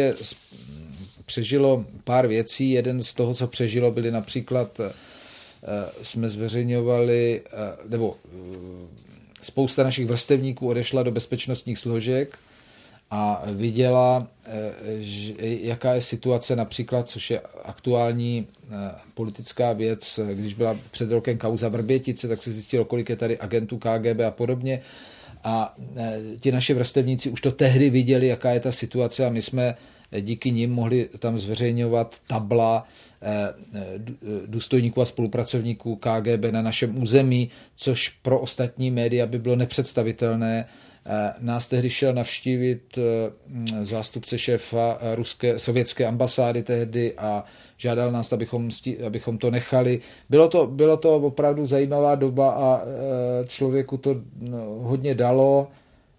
přežilo pár věcí. Jeden z toho, co přežilo, byly například, jsme zveřejňovali, nebo spousta našich vrstevníků odešla do bezpečnostních složek a viděla, jaká je situace například, což je aktuální politická věc, když byla před rokem kauza Vrbětice, tak se zjistilo, kolik je tady agentů KGB a podobně. A ti naši vrstevníci už to tehdy viděli, jaká je ta situace a my jsme díky nim mohli tam zveřejňovat tabla důstojníků a spolupracovníků KGB na našem území, což pro ostatní média by bylo nepředstavitelné. Nás tehdy šel navštívit zástupce šéfa sovětské ambasády tehdy a žádal nás, abychom to nechali. Bylo to opravdu zajímavá doba a člověku to hodně dalo.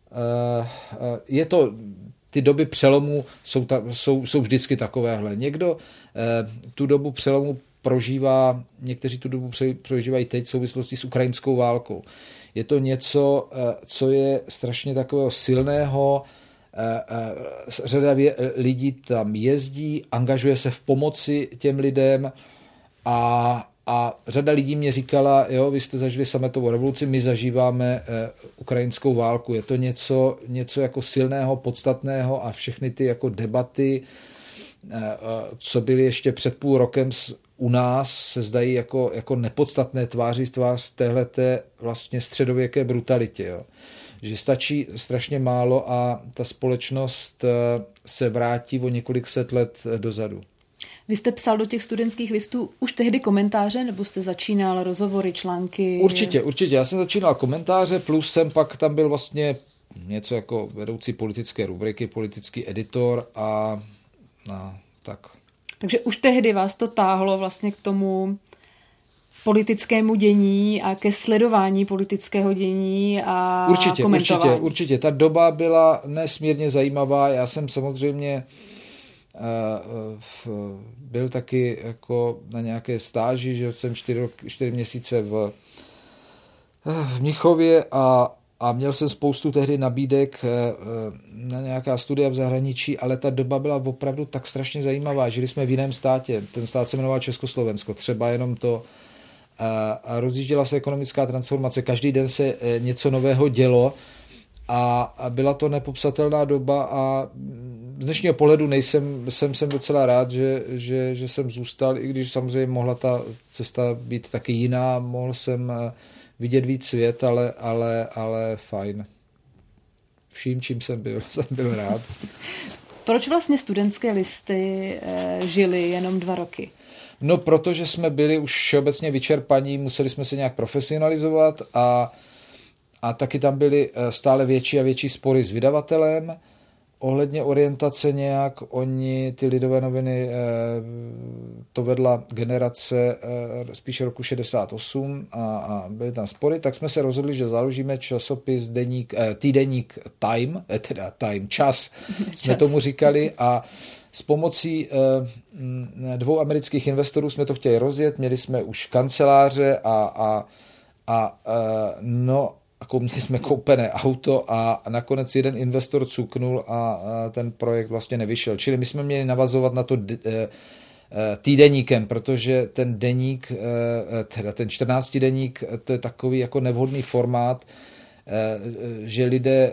Ty doby přelomu jsou vždycky takovéhle. Někdo tu dobu přelomu prožívá, někteří tu dobu prožívají teď v souvislosti s ukrajinskou válkou. Je to něco, co je strašně takového silného, řada lidí tam jezdí, angažuje se v pomoci těm lidem a A řada lidí mě říkala, jo, vy jste zažili sametovou revoluci, my zažíváme ukrajinskou válku. Je to něco jako silného, podstatného a všechny ty jako debaty, co byly ještě před půl rokem u nás, se zdají jako nepodstatné tváří v tvář téhleté vlastně středověké brutalitě. Jo. Že stačí strašně málo a ta společnost se vrátí o několik set let dozadu. Vy jste psal do těch studentských listů už tehdy komentáře, nebo jste začínal rozhovory, články? Určitě. Já jsem začínal komentáře, plus jsem pak tam byl vlastně něco jako vedoucí politické rubriky, politický editor a tak. Takže už tehdy vás to táhlo vlastně k tomu politickému dění a ke sledování politického dění a komentování. Určitě. Ta doba byla nesmírně zajímavá. Já jsem samozřejmě byl taky jako na nějaké stáži, že jsem 4 měsíce v Mnichově a měl jsem spoustu tehdy nabídek na nějaká studia v zahraničí, ale ta doba byla opravdu tak strašně zajímavá. Žili jsme v jiném státě. Ten stát se jmenoval Československo. Třeba jenom to. A rozjížděla se ekonomická transformace. Každý den se něco nového dělo a byla to nepopsatelná doba a z dnešního pohledu jsem docela rád, že jsem zůstal, i když samozřejmě mohla ta cesta být taky jiná, mohl jsem vidět víc svět, ale fajn. Vším, čím jsem byl rád. Proč vlastně studentské listy žily jenom 2 roky? No, protože jsme byli už všeobecně vyčerpaní, museli jsme se nějak profesionalizovat a taky tam byly stále větší a větší spory s vydavatelem ohledně orientace nějak. Ty Lidové noviny, to vedla generace spíš roku 68 a byly tam spory, tak jsme se rozhodli, že založíme časopis týdeník Time, teda Time, čas, jsme tomu říkali, a s pomocí 2 amerických investorů jsme to chtěli rozjet, měli jsme už kanceláře měli jsme koupené auto a nakonec jeden investor cuknul a ten projekt vlastně nevyšel. Čili my jsme měli navazovat na to týdeníkem, protože ten deník, teda ten 14 deník, to je takový jako nevhodný formát, že lidé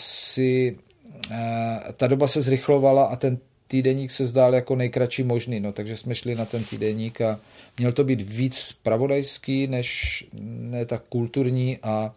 ta doba se zrychlovala a ten týdeník se zdál jako nejkratší možný, no, takže jsme šli na ten týdeník a měl to být víc zpravodajský, než ne tak kulturní a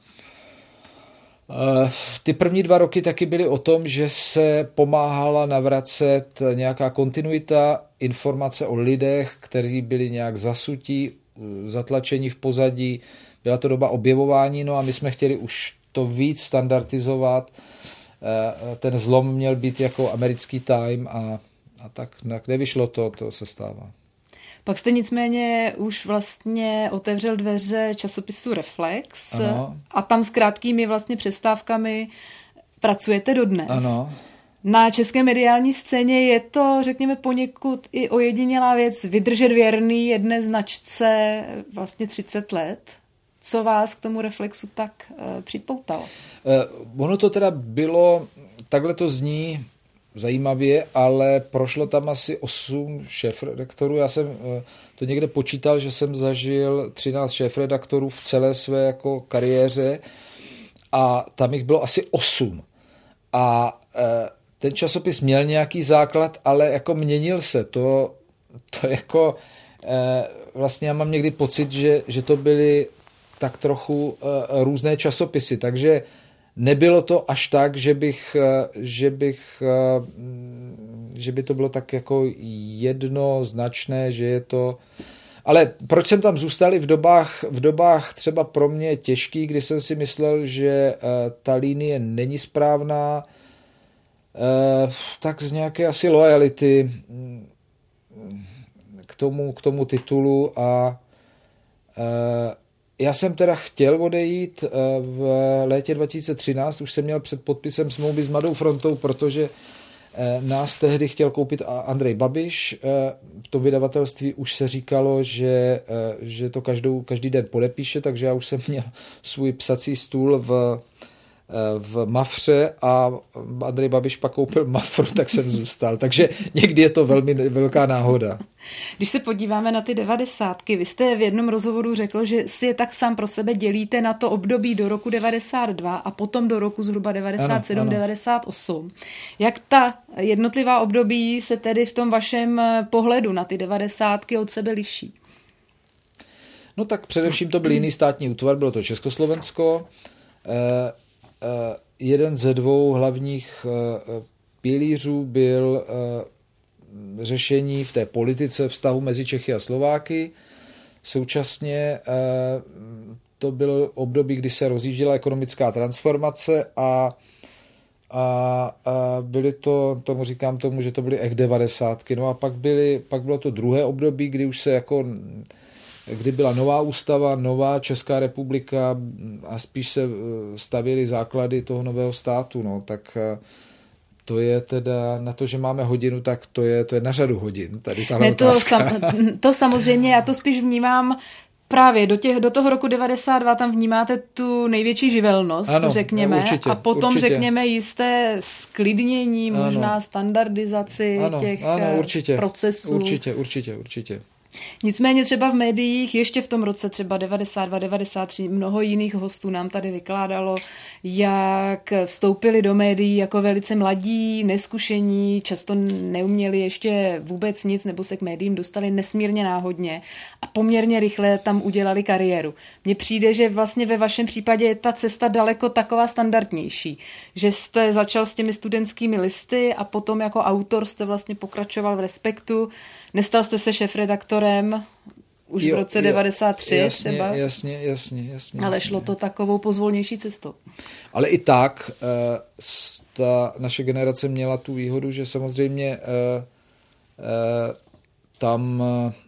ty první 2 roky taky byly o tom, že se pomáhala navracet nějaká kontinuita, informace o lidech, kteří byli nějak zasutí, zatlačení v pozadí. Byla to doba objevování, no a my jsme chtěli už to víc standardizovat. Ten zlom měl být jako americký Time a tak nevyšlo to se stává. Pak jste nicméně už vlastně otevřel dveře časopisu Reflex. Ano. A tam s krátkými vlastně přestávkami pracujete dodnes. Ano. Na české mediální scéně je to, řekněme, poněkud i ojedinělá věc vydržet věrný jedné značce vlastně 30 let. Co vás k tomu Reflexu tak připoutalo? Ono to teda bylo, takhle to zní zajímavě, ale prošlo tam asi 8 šéfredaktorů. Já jsem to někde počítal, že jsem zažil 13 šéfredaktorů v celé své jako kariéře a tam jich bylo asi 8. A ten časopis měl nějaký základ, ale jako měnil se. To jako vlastně já mám někdy pocit, že to byly tak trochu různé časopisy, takže nebylo to až tak, že by to bylo tak jako jednoznačné, že je to. Ale proč jsem tam zůstal i v dobách třeba pro mě těžký, kdy jsem si myslel, že ta linie není správná, tak z nějaké asi loajality k tomu titulu a já jsem teda chtěl odejít v létě 2013, už jsem měl před podpisem smlouvy s Mladou frontou, protože nás tehdy chtěl koupit Andrej Babiš. V tom vydavatelství už se říkalo, že to každý den podepíše, takže já už jsem měl svůj psací stůl v Mafře a Andrej Babiš pak koupil Mafru, tak jsem zůstal. Takže někdy je to velmi velká náhoda. Když se podíváme na ty 90, vy jste v jednom rozhovoru řekl, že si je tak sám pro sebe dělíte na to období do roku 92 a potom do roku zhruba 97, 98. Jak ta jednotlivá období se tedy v tom vašem pohledu na ty 90 od sebe liší? No tak především to byl jiný státní útvar, bylo to Československo. Jeden ze dvou hlavních pilířů byl řešení v té politice vztahu mezi Čechy a Slováky. Současně to bylo období, kdy se rozjížděla ekonomická transformace a byly to, tomu říkám tomu, že to byly 90. No a pak bylo to druhé období, kdy už se kdy byla nová ústava, nová Česká republika a spíš se stavěly základy toho nového státu. No, tak to je teda, na to, že máme hodinu, tak to je na řadu hodin. Tady tahle otázka. To samozřejmě, já to spíš vnímám právě do toho roku 92, tam vnímáte tu největší živelnost, ano, řekněme, určitě, a potom určitě. Řekněme jisté sklidnění, ano. Možná standardizaci těch procesů. Určitě. Nicméně třeba v médiích ještě v tom roce třeba 92, 93 mnoho jiných hostů nám tady vykládalo, jak vstoupili do médií jako velice mladí, neskušení, často neuměli ještě vůbec nic nebo se k médiím dostali nesmírně náhodně a poměrně rychle tam udělali kariéru. Mně přijde, že vlastně ve vašem případě je ta cesta daleko taková standardnější, že jste začal s těmi studentskými listy a potom jako autor jste vlastně pokračoval v Respektu. Nestal jste se šéfredaktorem už v roce 93 jasně, třeba? Jasně. Ale šlo to takovou pozvolnější cestou. Ale i tak ta naše generace měla tu výhodu, že samozřejmě tam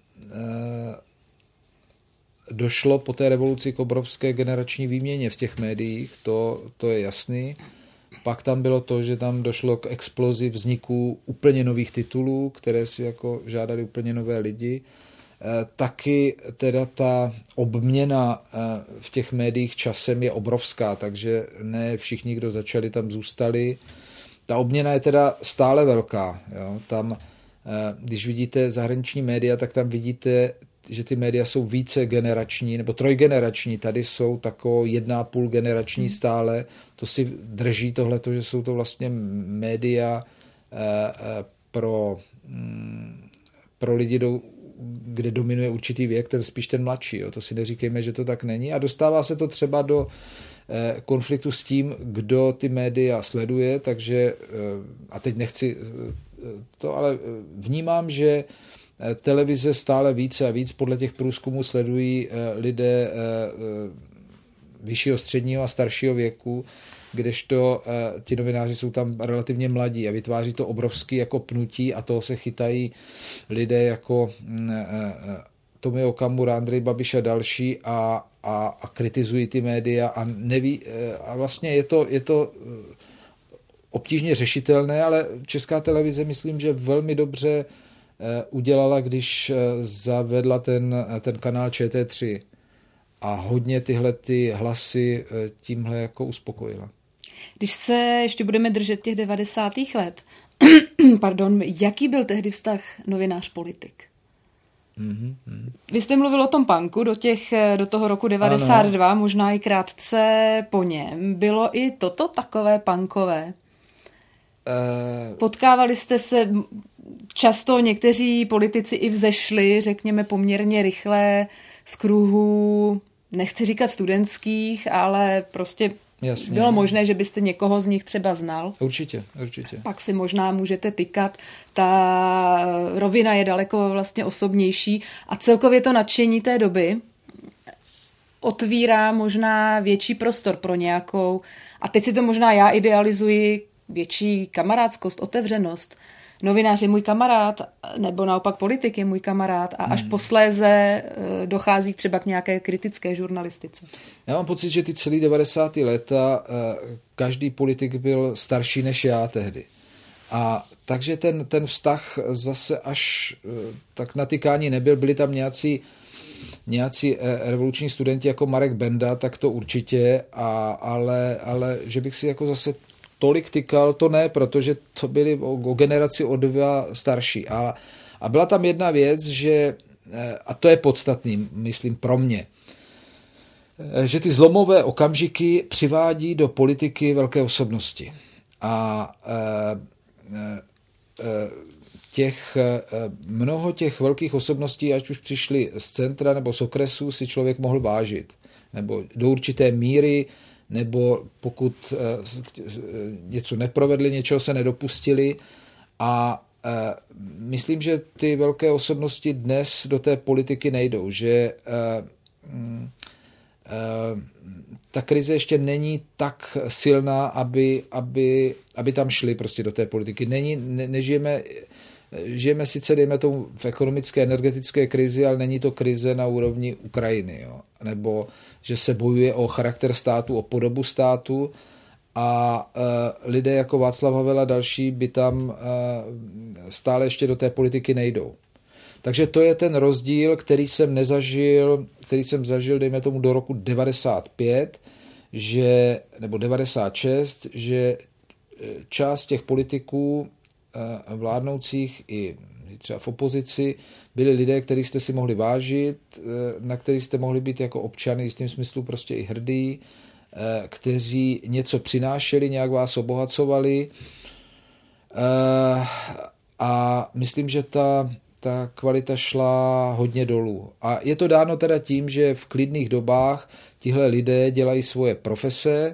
došlo po té revoluci k obrovské generační výměně v těch médiích, to je jasný. Pak tam bylo to, že tam došlo k explozi vzniku úplně nových titulů, které si jako žádali úplně nové lidi. Taky teda ta obměna v těch médiích časem je obrovská, takže ne všichni, kdo začali, tam zůstali. Ta obměna je teda stále velká. Jo? Tam, když vidíte zahraniční média, tak tam vidíte, že ty média jsou více generační nebo trojgenerační. Tady jsou tako 1,5 generační stále. To si drží tohleto, že jsou to vlastně média pro lidi, kde dominuje určitý věk, ten spíš ten mladší. Jo. To si neříkejme, že to tak není. A dostává se to třeba do konfliktu s tím, kdo ty média sleduje, takže, a teď nechci to, ale vnímám, že televize stále více a víc podle těch průzkumů sledují lidé vyššího, středního a staršího věku, kdežto ti novináři jsou tam relativně mladí a vytváří to obrovský jako pnutí a toho se chytají lidé jako Tomio Okamura, Andrej Babiš a další a kritizují ty média a neví, a vlastně je to obtížně řešitelné, ale Česká televize myslím, že velmi dobře udělala, když zavedla ten kanál ČT3 a hodně tyhle ty hlasy tímhle jako uspokojila. Když se ještě budeme držet těch 90. let, pardon, jaký byl tehdy vztah novinář-politik? Vy jste mluvil o tom punku do toho roku 92, ano. Možná i krátce po něm. Bylo i toto takové punkové? Potkávali jste se často, někteří politici i vzešli, řekněme, poměrně rychle z kruhů, nechci říkat studentských, ale prostě jasně. Bylo možné, že byste někoho z nich třeba znal. Určitě. Pak si možná můžete tykat. Ta rovina je daleko vlastně osobnější a celkově to nadšení té doby otvírá možná větší prostor pro nějakou, a teď si to možná já idealizuji, větší kamarádskost, otevřenost. Novinář je můj kamarád, nebo naopak politik je můj kamarád a až posléze dochází třeba k nějaké kritické žurnalistice. Já mám pocit, že ty celý 90. léta každý politik byl starší než já tehdy. A takže ten vztah zase až tak natykání nebyl, byli tam nějací nějací revoluční studenti jako Marek Benda, tak to určitě, ale že bych si jako zase tolik tykal, to ne, protože to byli o generaci o 2 starší. A byla tam jedna věc, že, a to je podstatný, myslím pro mě, že ty zlomové okamžiky přivádí do politiky velké osobnosti. A mnoho těch velkých osobností, ať už přišli z centra nebo z okresu, si člověk mohl vážit. Nebo do určité míry, nebo pokud něco neprovedli, něčeho se nedopustili. A myslím, že ty velké osobnosti dnes do té politiky nejdou, že ta krize ještě není tak silná, aby tam šli prostě do té politiky. Žijeme sice, dejme tomu, v ekonomické, energetické krizi, ale není to krize na úrovni Ukrajiny. Jo? Nebo že se bojuje o charakter státu, o podobu státu a lidé jako Václav Havel a další by tam stále ještě do té politiky nejdou. Takže to je ten rozdíl, který jsem zažil, dejme tomu, do roku 95, nebo 96, že část těch politiků vládnoucích i třeba v opozici byli lidé, kterých jste si mohli vážit, na kterých jste mohli být jako občany, v tím smyslu prostě i hrdí, kteří něco přinášeli, nějak vás obohacovali. A myslím, že ta kvalita šla hodně dolů. A je to dáno teda tím, že v klidných dobách tihle lidé dělají svoje profese,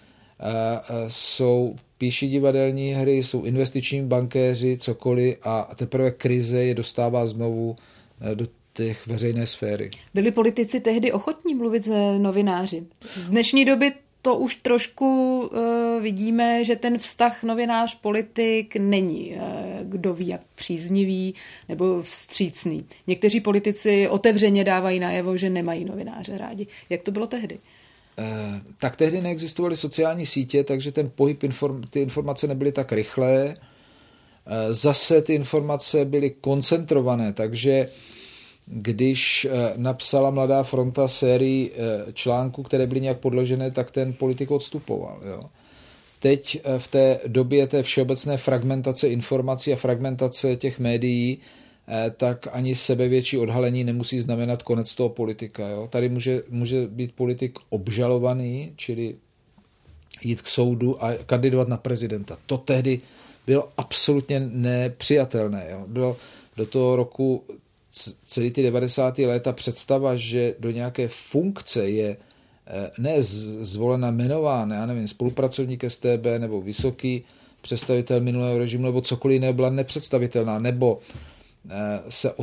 píší divadelní hry, jsou investiční bankéři, cokoliv, a teprve krize je dostává znovu do těch veřejné sféry. Byli politici tehdy ochotní mluvit s novináři? Z dnešní doby to už trošku vidíme, že ten vztah novinář-politik není, kdo ví, jak příznivý nebo vstřícný. Někteří politici otevřeně dávají najevo, že nemají novináře rádi. Jak to bylo tehdy? Tak tehdy neexistovaly sociální sítě, takže ten pohyb ty informace nebyly tak rychlé. Zase ty informace byly koncentrované, takže když napsala Mladá fronta sérii článků, které byly nějak podložené, tak ten politik odstupoval. Jo. Teď v té době té všeobecné fragmentace informací a fragmentace těch médií, tak ani sebevětší odhalení nemusí znamenat konec toho politika. Jo. Tady může být politik obžalovaný, čili jít k soudu a kandidovat na prezidenta. To tehdy bylo absolutně nepřijatelné. Jo. Bylo do toho roku celý ty 90. léta představa, že do nějaké funkce je ne zvolena, jmenován, já nevím, spolupracovník StB nebo vysoký představitel minulého režimu nebo cokoliv jiného, byla nepředstavitelná, nebo se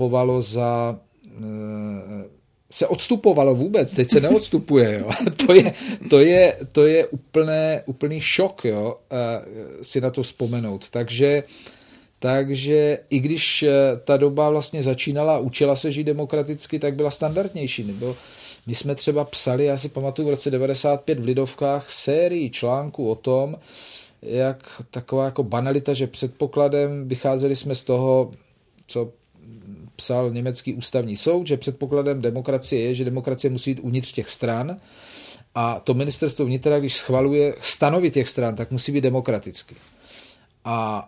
odstupovalo vůbec, teď se neodstupuje, jo. To je úplný šok, jo, si na to vzpomenout. Takže i když ta doba vlastně začínala, učila se žít demokraticky, tak byla standardnější. Nebo my jsme třeba psali, já si pamatuju v roce 95 v Lidovkách sérii článků o tom, jak taková jako banalita, že předpokladem vycházeli jsme z toho, co psal německý ústavní soud, že předpokladem demokracie je, že demokracie musí jít uvnitř těch stran a to ministerstvo vnitra, když schvaluje stanovy těch stran, tak musí být demokraticky. A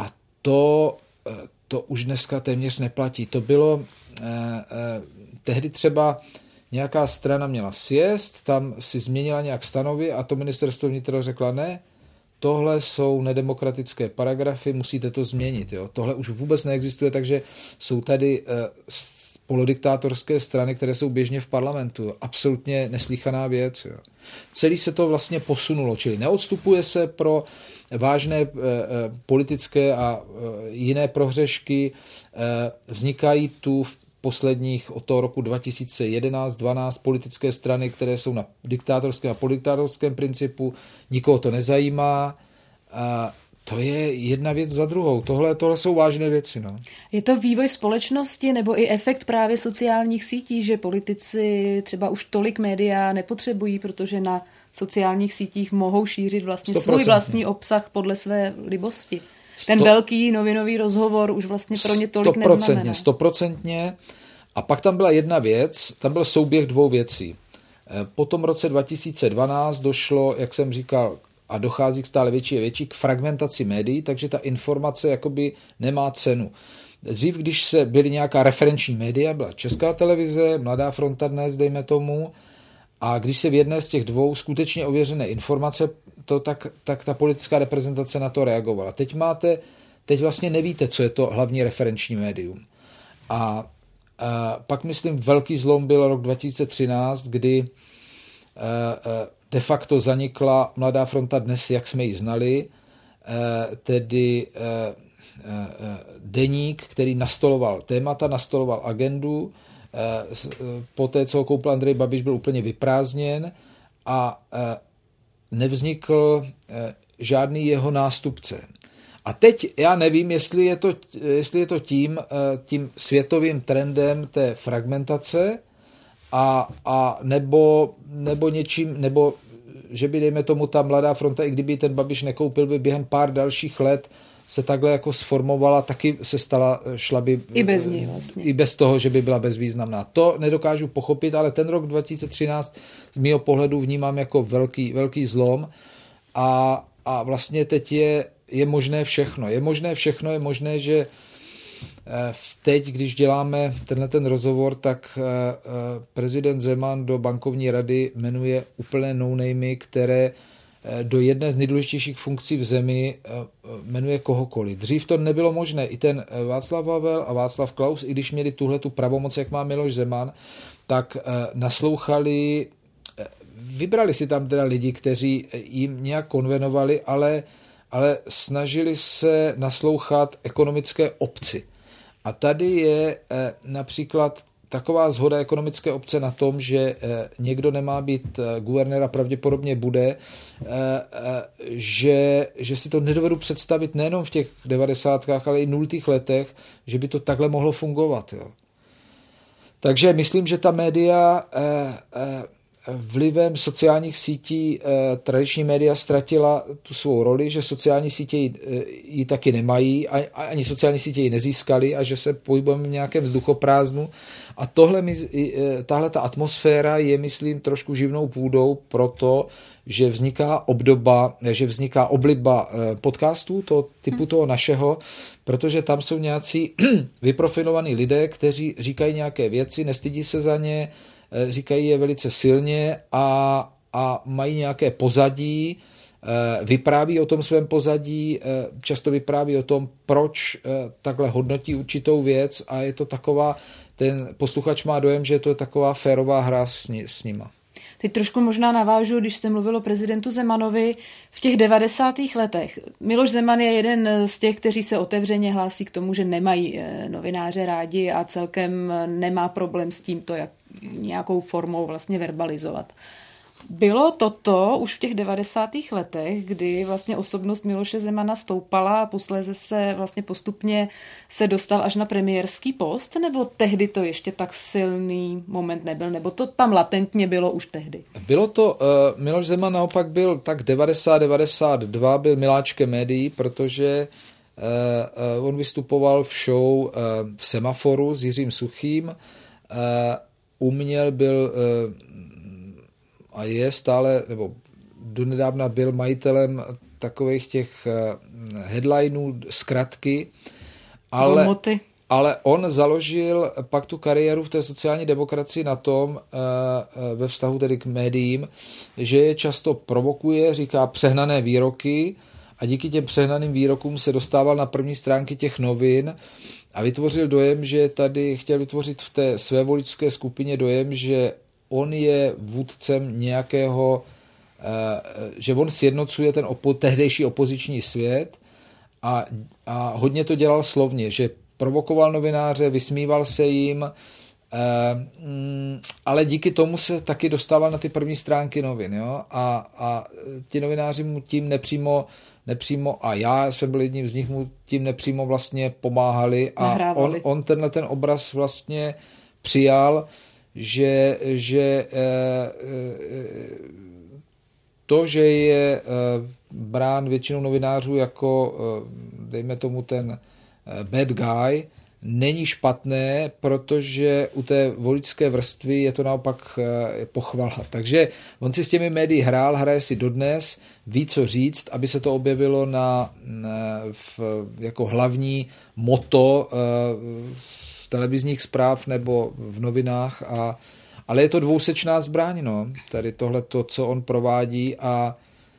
to už dneska téměř neplatí. To bylo tehdy třeba nějaká strana měla sjezd, tam si změnila nějak stanovy a to ministerstvo vnitra řekla ne, tohle jsou nedemokratické paragrafy, musíte to změnit. Jo. Tohle už vůbec neexistuje, takže jsou tady polodiktátorské strany, které jsou běžně v parlamentu. Absolutně neslýchaná věc. Jo. Celý se to vlastně posunulo, čili neodstupuje se pro vážné politické a jiné prohřešky. Vznikají tu v posledních od toho roku 2011-12 politické strany, které jsou na diktátorském a polodiktátorském principu. Nikoho to nezajímá. A to je jedna věc za druhou. Tohle jsou vážné věci. No. Je to vývoj společnosti nebo i efekt právě sociálních sítí, že politici třeba už tolik média nepotřebují, protože na sociálních sítích mohou šířit vlastně 100%. Svůj vlastní obsah podle své libosti. Ten velký novinový rozhovor už vlastně pro ně tolik neznamená. 100%. A pak tam byla jedna věc, tam byl souběh dvou věcí. Po tom roce 2012 došlo, jak jsem říkal, a dochází k stále větší a větší, k fragmentaci médií, takže ta informace jakoby nemá cenu. Dřív, když se byly nějaká referenční média, byla Česká televize, Mladá fronta Dnes, dejme tomu, a když se v jedné z těch dvou skutečně ověřené informace, tak ta politická reprezentace na to reagovala. Teď vlastně nevíte, co je to hlavní referenční médium. A pak, myslím, velký zlom byl rok 2013, kdy de facto zanikla Mladá fronta Dnes, jak jsme ji znali, tedy deník, který nastoloval témata, nastoloval agendu, poté, co ho koupil Andrej Babiš, byl úplně vyprázdněn a nevznikl žádný jeho nástupce. A teď já nevím, jestli je to tím světovým trendem té fragmentace a nebo něčím, nebo že by, dejme tomu, ta Mladá fronta, i kdyby ten Babiš nekoupil, by během pár dalších let se takhle jako sformovala, taky se stala, šla by i bez ní vlastně. I bez toho, že by byla bezvýznamná. To nedokážu pochopit, ale ten rok 2013 z mýho pohledu vnímám jako velký zlom a vlastně teď je možné všechno. Je možné, že teď, když děláme ten rozhovor, tak prezident Zeman do bankovní rady jmenuje úplné no-namey, které do jedné z nejdůležitějších funkcí v zemi jmenuje kohokoliv. Dřív to nebylo možné. I ten Václav Havel a Václav Klaus, i když měli tuhletu pravomoc, jak má Miloš Zeman, tak naslouchali, vybrali si tam teda lidi, kteří jim nějak konvenovali, ale snažili se naslouchat ekonomické obci. A tady je například taková shoda ekonomické obce na tom, že někdo nemá být guvernér a pravděpodobně bude, že si to nedovedu představit nejenom v těch 90kách, ale i 0. letech, že by to takhle mohlo fungovat. Jo. Takže myslím, že ta média vlivem sociálních sítí tradiční média ztratila tu svou roli, že sociální sítě ji taky nemají, ani sociální sítě ji nezískali a že se pohybujeme v nějakém vzduchoprázdnu. A tahle ta atmosféra je, myslím, trošku živnou půdou pro to, že vzniká obliba podcastů, typu toho našeho, protože tam jsou nějací vyprofilovaní lidé, kteří říkají nějaké věci, nestydí se za ně, říkají je velice silně a mají nějaké pozadí, vypráví o tom svém pozadí, často vypráví o tom, proč takhle hodnotí určitou věc a je to taková, ten posluchač má dojem, že to je taková férová hra s nima. Teď trošku možná navážu, když jste mluvil o prezidentu Zemanovi v těch 90. letech. Miloš Zeman je jeden z těch, kteří se otevřeně hlásí k tomu, že nemají novináře rádi a celkem nemá problém s tímto, jak nějakou formou vlastně verbalizovat. Bylo toto už v těch 90. letech, kdy vlastně osobnost Miloše Zemana stoupala a posléze se vlastně postupně se dostal až na premiérský post, nebo tehdy to ještě tak silný moment nebyl, nebo to tam latentně bylo už tehdy? Bylo to, Miloš Zeman naopak byl tak 90-92, byl miláčkem médií, protože on vystupoval v show v Semaforu s Jiřím Suchým, byl a je stále, nebo donedávna byl majitelem takových těch headlineů, zkratky, ale on založil pak tu kariéru v té sociální demokracii na tom, ve vztahu tedy k médiím, že je často provokuje, říká přehnané výroky a díky těm přehnaným výrokům se dostával na první stránky těch novin a vytvořil dojem, že tady chtěl vytvořit v té své voličské skupině dojem, že on je vůdcem nějakého, že on sjednocuje ten tehdejší opoziční svět a hodně to dělal slovně, že provokoval novináře, vysmíval se jim, ale díky tomu se taky dostával na ty první stránky novin. Jo? A ti novináři mu tím nepřímo, a já jsem byl jedním z nich, mu tím nepřímo vlastně pomáhali a on tenhle ten obraz vlastně přijal, že to, že je brán většinou novinářů jako, dejme tomu, ten bad guy, není špatné, protože u té voličské vrstvy je to naopak pochvala. Takže on si s těmi médii hraje si dodnes, ví, co říct, aby se to objevilo jako hlavní motto z televizních zpráv nebo v novinách. Ale je to dvousečná zbraň, no. Tady tohle to, co on provádí a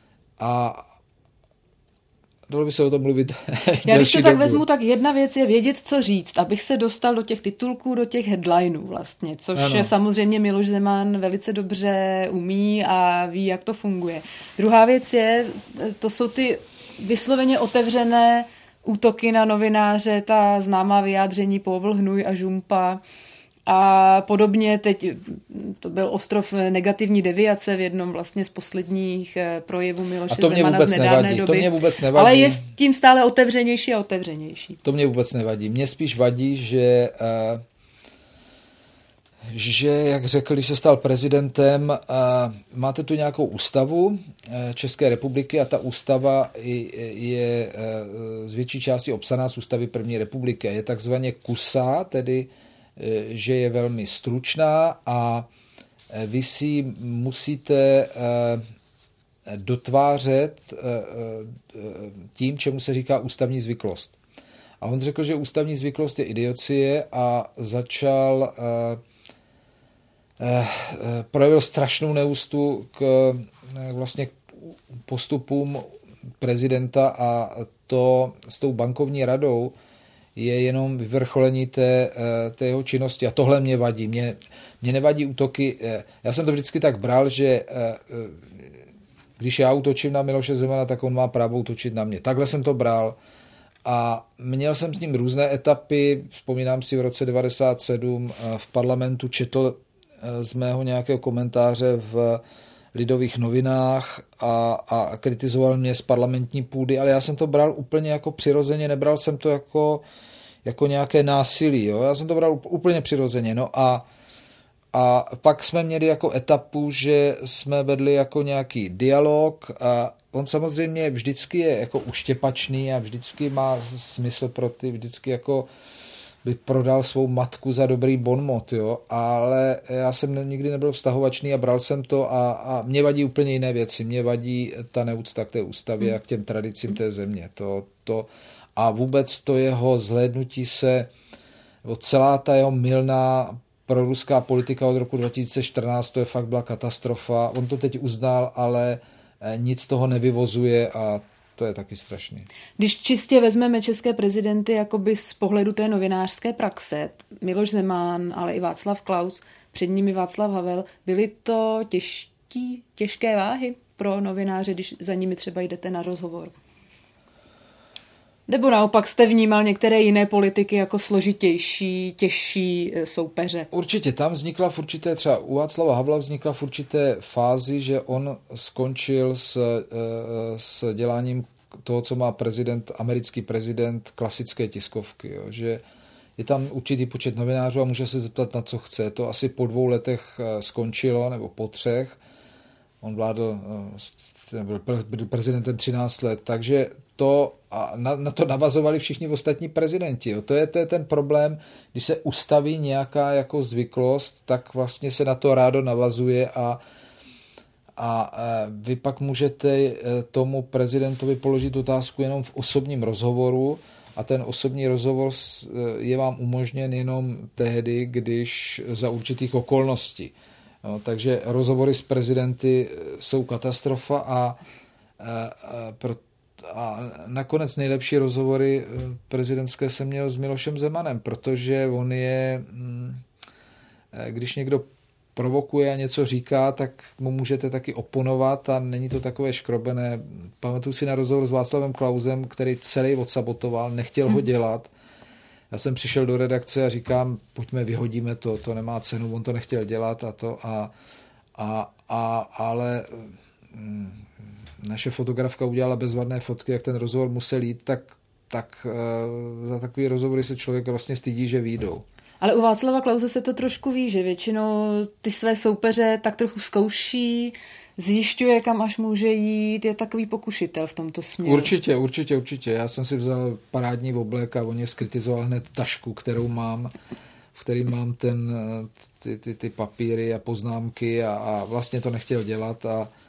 dalo by se o tom mluvit. Já když to tak vezmu, tak jedna věc je vědět, co říct, abych se dostal do těch titulků, do těch headlinů vlastně, což ano. Samozřejmě Miloš Zeman velice dobře umí a ví, jak to funguje. Druhá věc je, to jsou ty vysloveně otevřené útoky na novináře, ta známá vyjádření Povl, hnůj a žumpa a podobně. Teď to byl ostrov negativní deviace v jednom vlastně z posledních projevů Miloše Zemana z nedávné doby. To mě vůbec nevadí. Ale je tím stále otevřenější a otevřenější. To mě vůbec nevadí. Mně spíš vadí, že jak řekl, když se stal prezidentem, máte tu nějakou ústavu České republiky a ta ústava je z větší části obsaná z ústavy první republiky. Je takzvaně kusá, tedy že je velmi stručná a vy si musíte dotvářet tím, čemu se říká ústavní zvyklost. A on řekl, že ústavní zvyklost je idiocie a projevil strašnou neúctu k postupům prezidenta a to s tou bankovní radou je jenom vyvrcholení té jeho činnosti a tohle mě vadí. Mě nevadí útoky. Já jsem to vždycky tak bral, že když já útočím na Miloše Zemana, tak on má právo útočit na mě. Takhle jsem to bral a měl jsem s ním různé etapy. Vzpomínám si v roce 1997 v parlamentu četl z mého nějakého komentáře v Lidových novinách a kritizoval mě z parlamentní půdy, ale já jsem to bral úplně jako přirozeně, nebral jsem to jako nějaké násilí. Jo? Já jsem to bral úplně přirozeně. No a pak jsme měli jako etapu, že jsme vedli jako nějaký dialog a on samozřejmě vždycky je jako uštěpačný a vždycky má smysl pro ty, vždycky jako by prodal svou matku za dobrý bonmot, jo, ale já jsem nikdy nebyl vztahovačný a bral jsem to a mě vadí úplně jiné věci. Mě vadí ta neúcta k té ústavě a k těm tradicím té země. A vůbec to jeho zhlédnutí se, celá ta jeho mylná proruská politika od roku 2014, to je fakt byla katastrofa. On to teď uznal, ale nic z toho nevyvozuje a to je taky strašný. Když čistě vezmeme české prezidenty jakoby z pohledu té novinářské praxe, Miloš Zeman, ale i Václav Klaus, před nimi Václav Havel, byly to těžké váhy pro novináře, když za nimi třeba jdete na rozhovor? Nebo naopak jste vnímal některé jiné politiky jako složitější, těžší soupeře? Určitě, tam vznikla v určité, třeba u Václava Havla vznikla v určité fázi, že on skončil s děláním toho, co má americký prezident, klasické tiskovky. Jo, že je tam určitý počet novinářů a může se zeptat, na co chce. To asi po 2 letech skončilo, nebo po 3. On byl prezidentem 13 let, takže na to navazovali všichni ostatní prezidenti. Jo. To je ten problém, když se ustaví nějaká jako zvyklost, tak vlastně se na to rádo navazuje a vy pak můžete tomu prezidentovi položit otázku jenom v osobním rozhovoru a ten osobní rozhovor je vám umožněn jenom tehdy, když za určitých okolností. No, takže rozhovory s prezidenty jsou katastrofa a nakonec nejlepší rozhovory prezidentské jsem měl s Milošem Zemanem, protože on je, když někdo provokuje a něco říká, tak mu můžete taky oponovat a není to takové škrobené. Pamatuju si na rozhovor s Václavem Klausem, který celý odsabotoval, nechtěl ho dělat. Já jsem přišel do redakce a říkám, pojďme, vyhodíme to nemá cenu, on to nechtěl dělat ale naše fotografka udělala bezvadné fotky, jak ten rozhovor musel jít, tak za takový rozhovory se člověk vlastně stydí, že vyjdou. Ale u Václava Klause se to trošku ví, že většinou ty své soupeře tak trochu zkouší, zjišťuje, kam až může jít, je takový pokušitel v tomto směru. Určitě. Já jsem si vzal parádní oblek a on mě skritizoval hned tašku, kterou mám, v který mám ty papíry a poznámky a vlastně to nechtěl dělat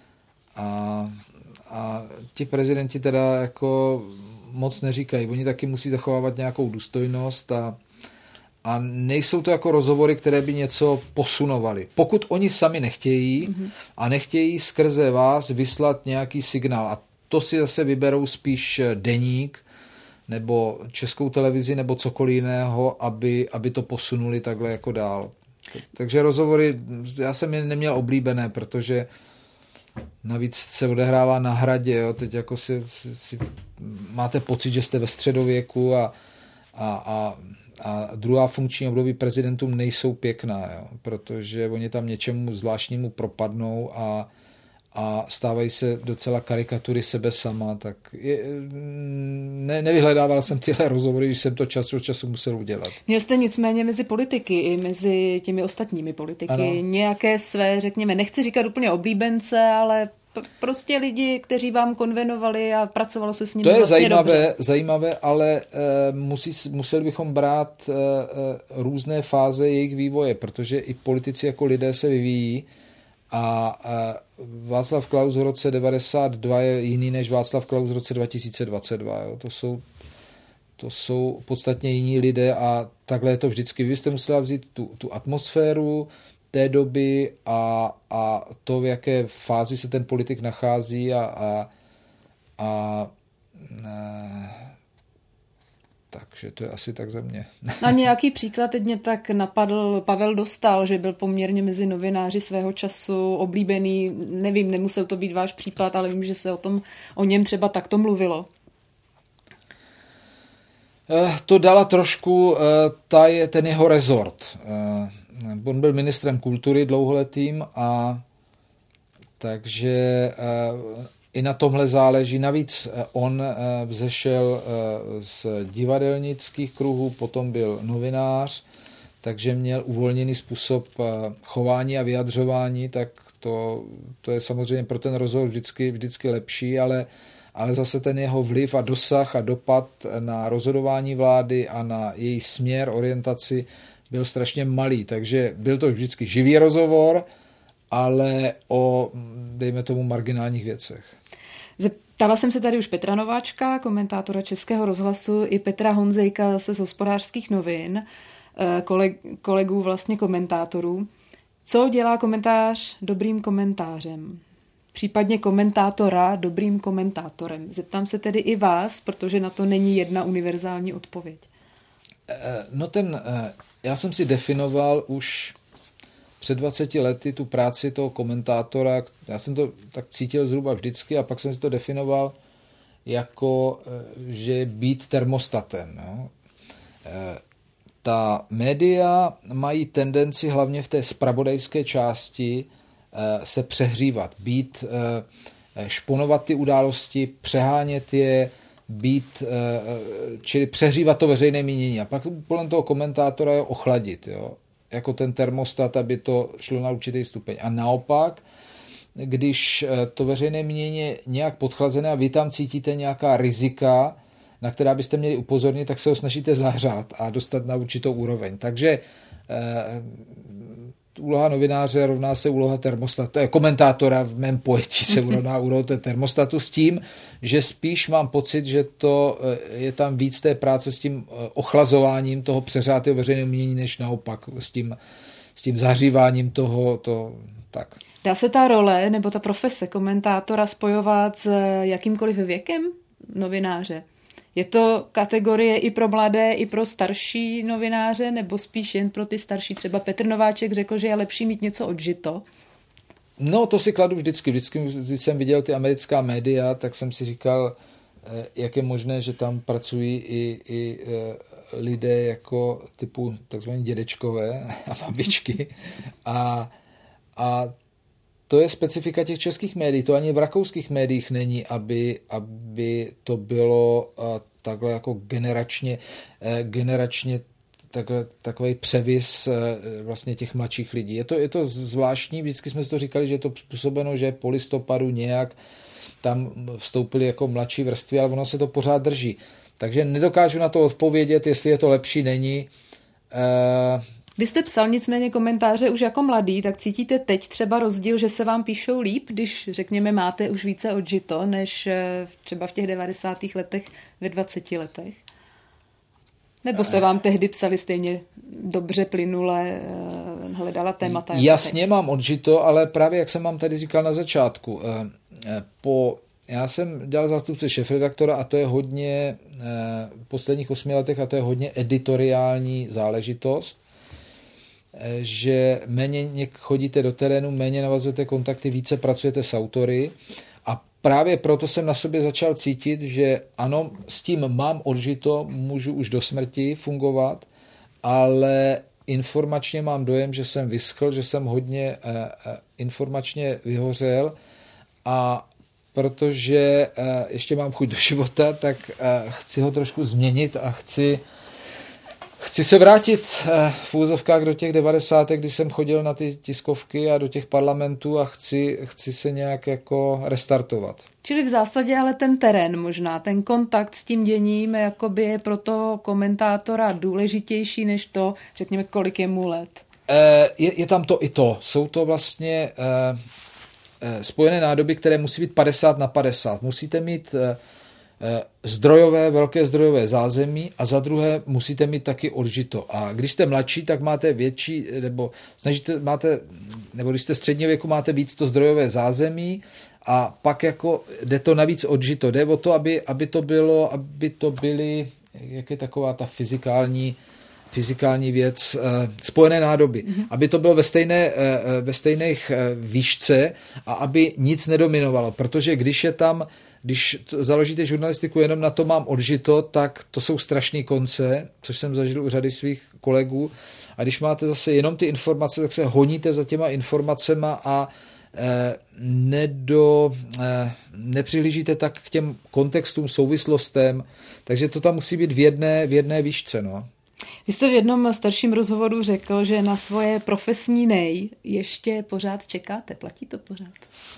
a ti prezidenti teda jako moc neříkají. Oni taky musí zachovávat nějakou důstojnost a nejsou to jako rozhovory, které by něco posunovaly. Pokud oni sami nechtějí a nechtějí skrze vás vyslat nějaký signál a to si zase vyberou spíš Deník nebo Českou televizi nebo cokoliv jiného, aby to posunuli takhle jako dál. Takže rozhovory, já jsem je neměl oblíbené, protože navíc se odehrává na Hradě, jo. Teď jako si máte pocit, že jste ve středověku a druhá funkční období prezidentům nejsou pěkná, jo, protože oni tam něčemu zvláštnímu propadnou a stávají se docela karikatury sebe sama, tak nevyhledával jsem tyhle rozhovory, když jsem to čas od času musel udělat. Měl jste nicméně mezi politiky i mezi těmi ostatními politiky nějaké své, řekněme, nechci říkat úplně oblíbence, ale prostě lidi, kteří vám konvenovali a pracovalo se s nimi vlastně dobře. zajímavé, ale museli bychom brát různé fáze jejich vývoje, protože i politici jako lidé se vyvíjí a Václav Klaus v roce 92 je jiný než Václav Klaus v roce 2022. Jo. To jsou podstatně jiní lidé a takhle je to vždycky. Vy jste musela vzít tu atmosféru té doby a to, v jaké fázi se ten politik nachází takže to je asi tak za mě. A nějaký příklad teď mě tak napadl Pavel Dostál, že byl poměrně mezi novináři svého času oblíbený, nevím, nemusel to být váš případ, ale vím, že se o něm třeba takto mluvilo. To dala trošku ten jeho rezort. On byl ministrem kultury dlouholetým a takže i na tomhle záleží. Navíc on vzešel z divadelnických kruhů, potom byl novinář, takže měl uvolněný způsob chování a vyjadřování, tak to je samozřejmě pro ten rozhovor vždycky lepší, ale zase ten jeho vliv a dosah a dopad na rozhodování vlády a na její směr, orientaci byl strašně malý, takže byl to vždycky živý rozhovor, ale o, dejme tomu, marginálních věcech. Zeptala jsem se tady už Petra Nováčka, komentátora Českého rozhlasu, i Petra Honzejka zase z Hospodářských novin, kolegů vlastně komentátorů. Co dělá komentář dobrým komentářem? Případně komentátora dobrým komentátorem. Zeptám se tedy i vás, protože na to není jedna univerzální odpověď. Já jsem si definoval už před 20 lety tu práci toho komentátora, já jsem to tak cítil zhruba vždycky a pak jsem si to definoval jako, že být termostatem. Jo. Ta média mají tendenci hlavně v té zpravodajské části se přehřívat, šponovat ty události, přehánět je, čili přehřívat to veřejné mínění a pak kolem toho komentátora je ochladit, jo, jako ten termostat, aby to šlo na určitý stupeň. A naopak, když to veřejné mínění je nějak podchlazené a vy tam cítíte nějaká rizika, na která byste měli upozornit, tak se ho snažíte zahřát a dostat na určitou úroveň. Takže úloha novináře rovná se úloha termostatu, komentátora v mém pojetí se rovná úloha termostatu s tím, že spíš mám pocit, že to je tam víc té práce s tím ochlazováním toho přeřátého veřejného mínění, než naopak s tím zahříváním toho. Tak. Dá se ta role nebo ta profese komentátora spojovat s jakýmkoliv věkem novináře? Je to kategorie i pro mladé, i pro starší novináře, nebo spíš jen pro ty starší? Třeba Petr Nováček řekl, že je lepší mít něco odžito. No, to si kladu vždycky. Když jsem viděl ty americká média, tak jsem si říkal, jak je možné, že tam pracují i lidé jako typu takzvaní dědečkové a babičky. A to je specifika těch českých médií. To ani v rakouských médiích není, aby to bylo takhle jako generačně takový převis vlastně těch mladších lidí. Je to zvláštní, vždycky jsme si to říkali, že je to způsobeno, že po listopadu nějak tam vstoupily jako mladší vrstvy, ale ono se to pořád drží. Takže nedokážu na to odpovědět, jestli je to lepší, není. Vy jste psal nicméně komentáře už jako mladý, tak cítíte teď třeba rozdíl, že se vám píšou líp, když řekněme máte už více odžito, než třeba v těch 90. letech ve 20 letech? Nebo se vám tehdy psali stejně dobře, plynule, hledala témata? Jasně mám odžito, ale právě jak jsem vám tady říkal na začátku, já jsem dělal zástupce šéfredaktora a to je hodně, v posledních 8 letech, a to je hodně editoriální záležitost, že méně chodíte do terénu, méně navazujete kontakty, více pracujete s autory a právě proto jsem na sobě začal cítit, že ano, s tím mám odžito, můžu už do smrti fungovat, ale informačně mám dojem, že jsem vyschl, že jsem hodně informačně vyhořel a protože ještě mám chuť do života, tak chci ho trošku změnit a chci se vrátit v úzovkách do těch 90. kdy jsem chodil na ty tiskovky a do těch parlamentů a chci se nějak jako restartovat. Čili v zásadě ale ten terén možná, ten kontakt s tím děním jakoby je pro toho komentátora důležitější než to, řekněme, kolik je mu let. Je tam to i to. Jsou to vlastně spojené nádoby, které musí být 50/50. Musíte mít zdrojové, velké zázemí a za druhé musíte mít taky odžito. A když jste mladší, tak máte větší, nebo když jste středního věku, máte víc to zdrojové zázemí a pak jako jde to navíc odžito. Jde o to, aby to byly, jak je taková ta fyzikální věc, spojené nádoby. Aby to bylo ve stejných výšce a aby nic nedominovalo. Protože když založíte žurnalistiku jenom na to mám odžito, tak to jsou strašný konce, což jsem zažil u řady svých kolegů. A když máte zase jenom ty informace, tak se honíte za těma informacema a nepřihlížíte tak k těm kontextům, souvislostem. Takže to tam musí být v jedné výšce. No. Vy jste v jednom starším rozhovoru řekl, že na svoje profesní nej ještě pořád čekáte. Platí to pořád?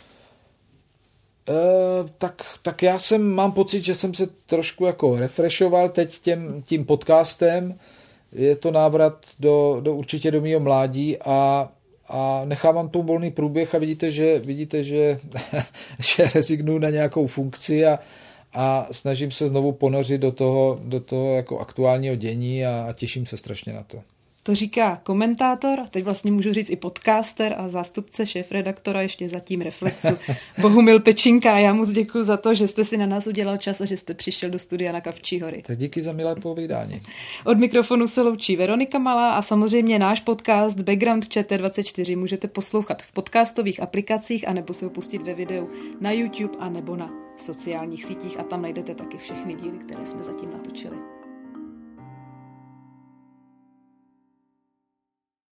Tak já mám pocit, že jsem se trošku jako refreshoval teď tím podcastem. Je to návrat určitě do mýho mládí a nechávám tomu volný průběh a vidíte, že rezignuju na nějakou funkci a snažím se znovu ponořit do toho jako aktuálního dění a těším se strašně na to. To říká komentátor, teď vlastně můžu říct i podcaster a zástupce šéfredaktora ještě zatím Reflexu, Bohumil Pečinka. A já moc děkuji za to, že jste si na nás udělal čas a že jste přišel do studia na Kavčí hory. Tak díky za milé povídání. Od mikrofonu se loučí Veronika Malá a samozřejmě náš podcast Background ČT24 můžete poslouchat v podcastových aplikacích anebo si ho pustit ve videu na YouTube a nebo na sociálních sítích a tam najdete taky všechny díly, které jsme zatím natočili.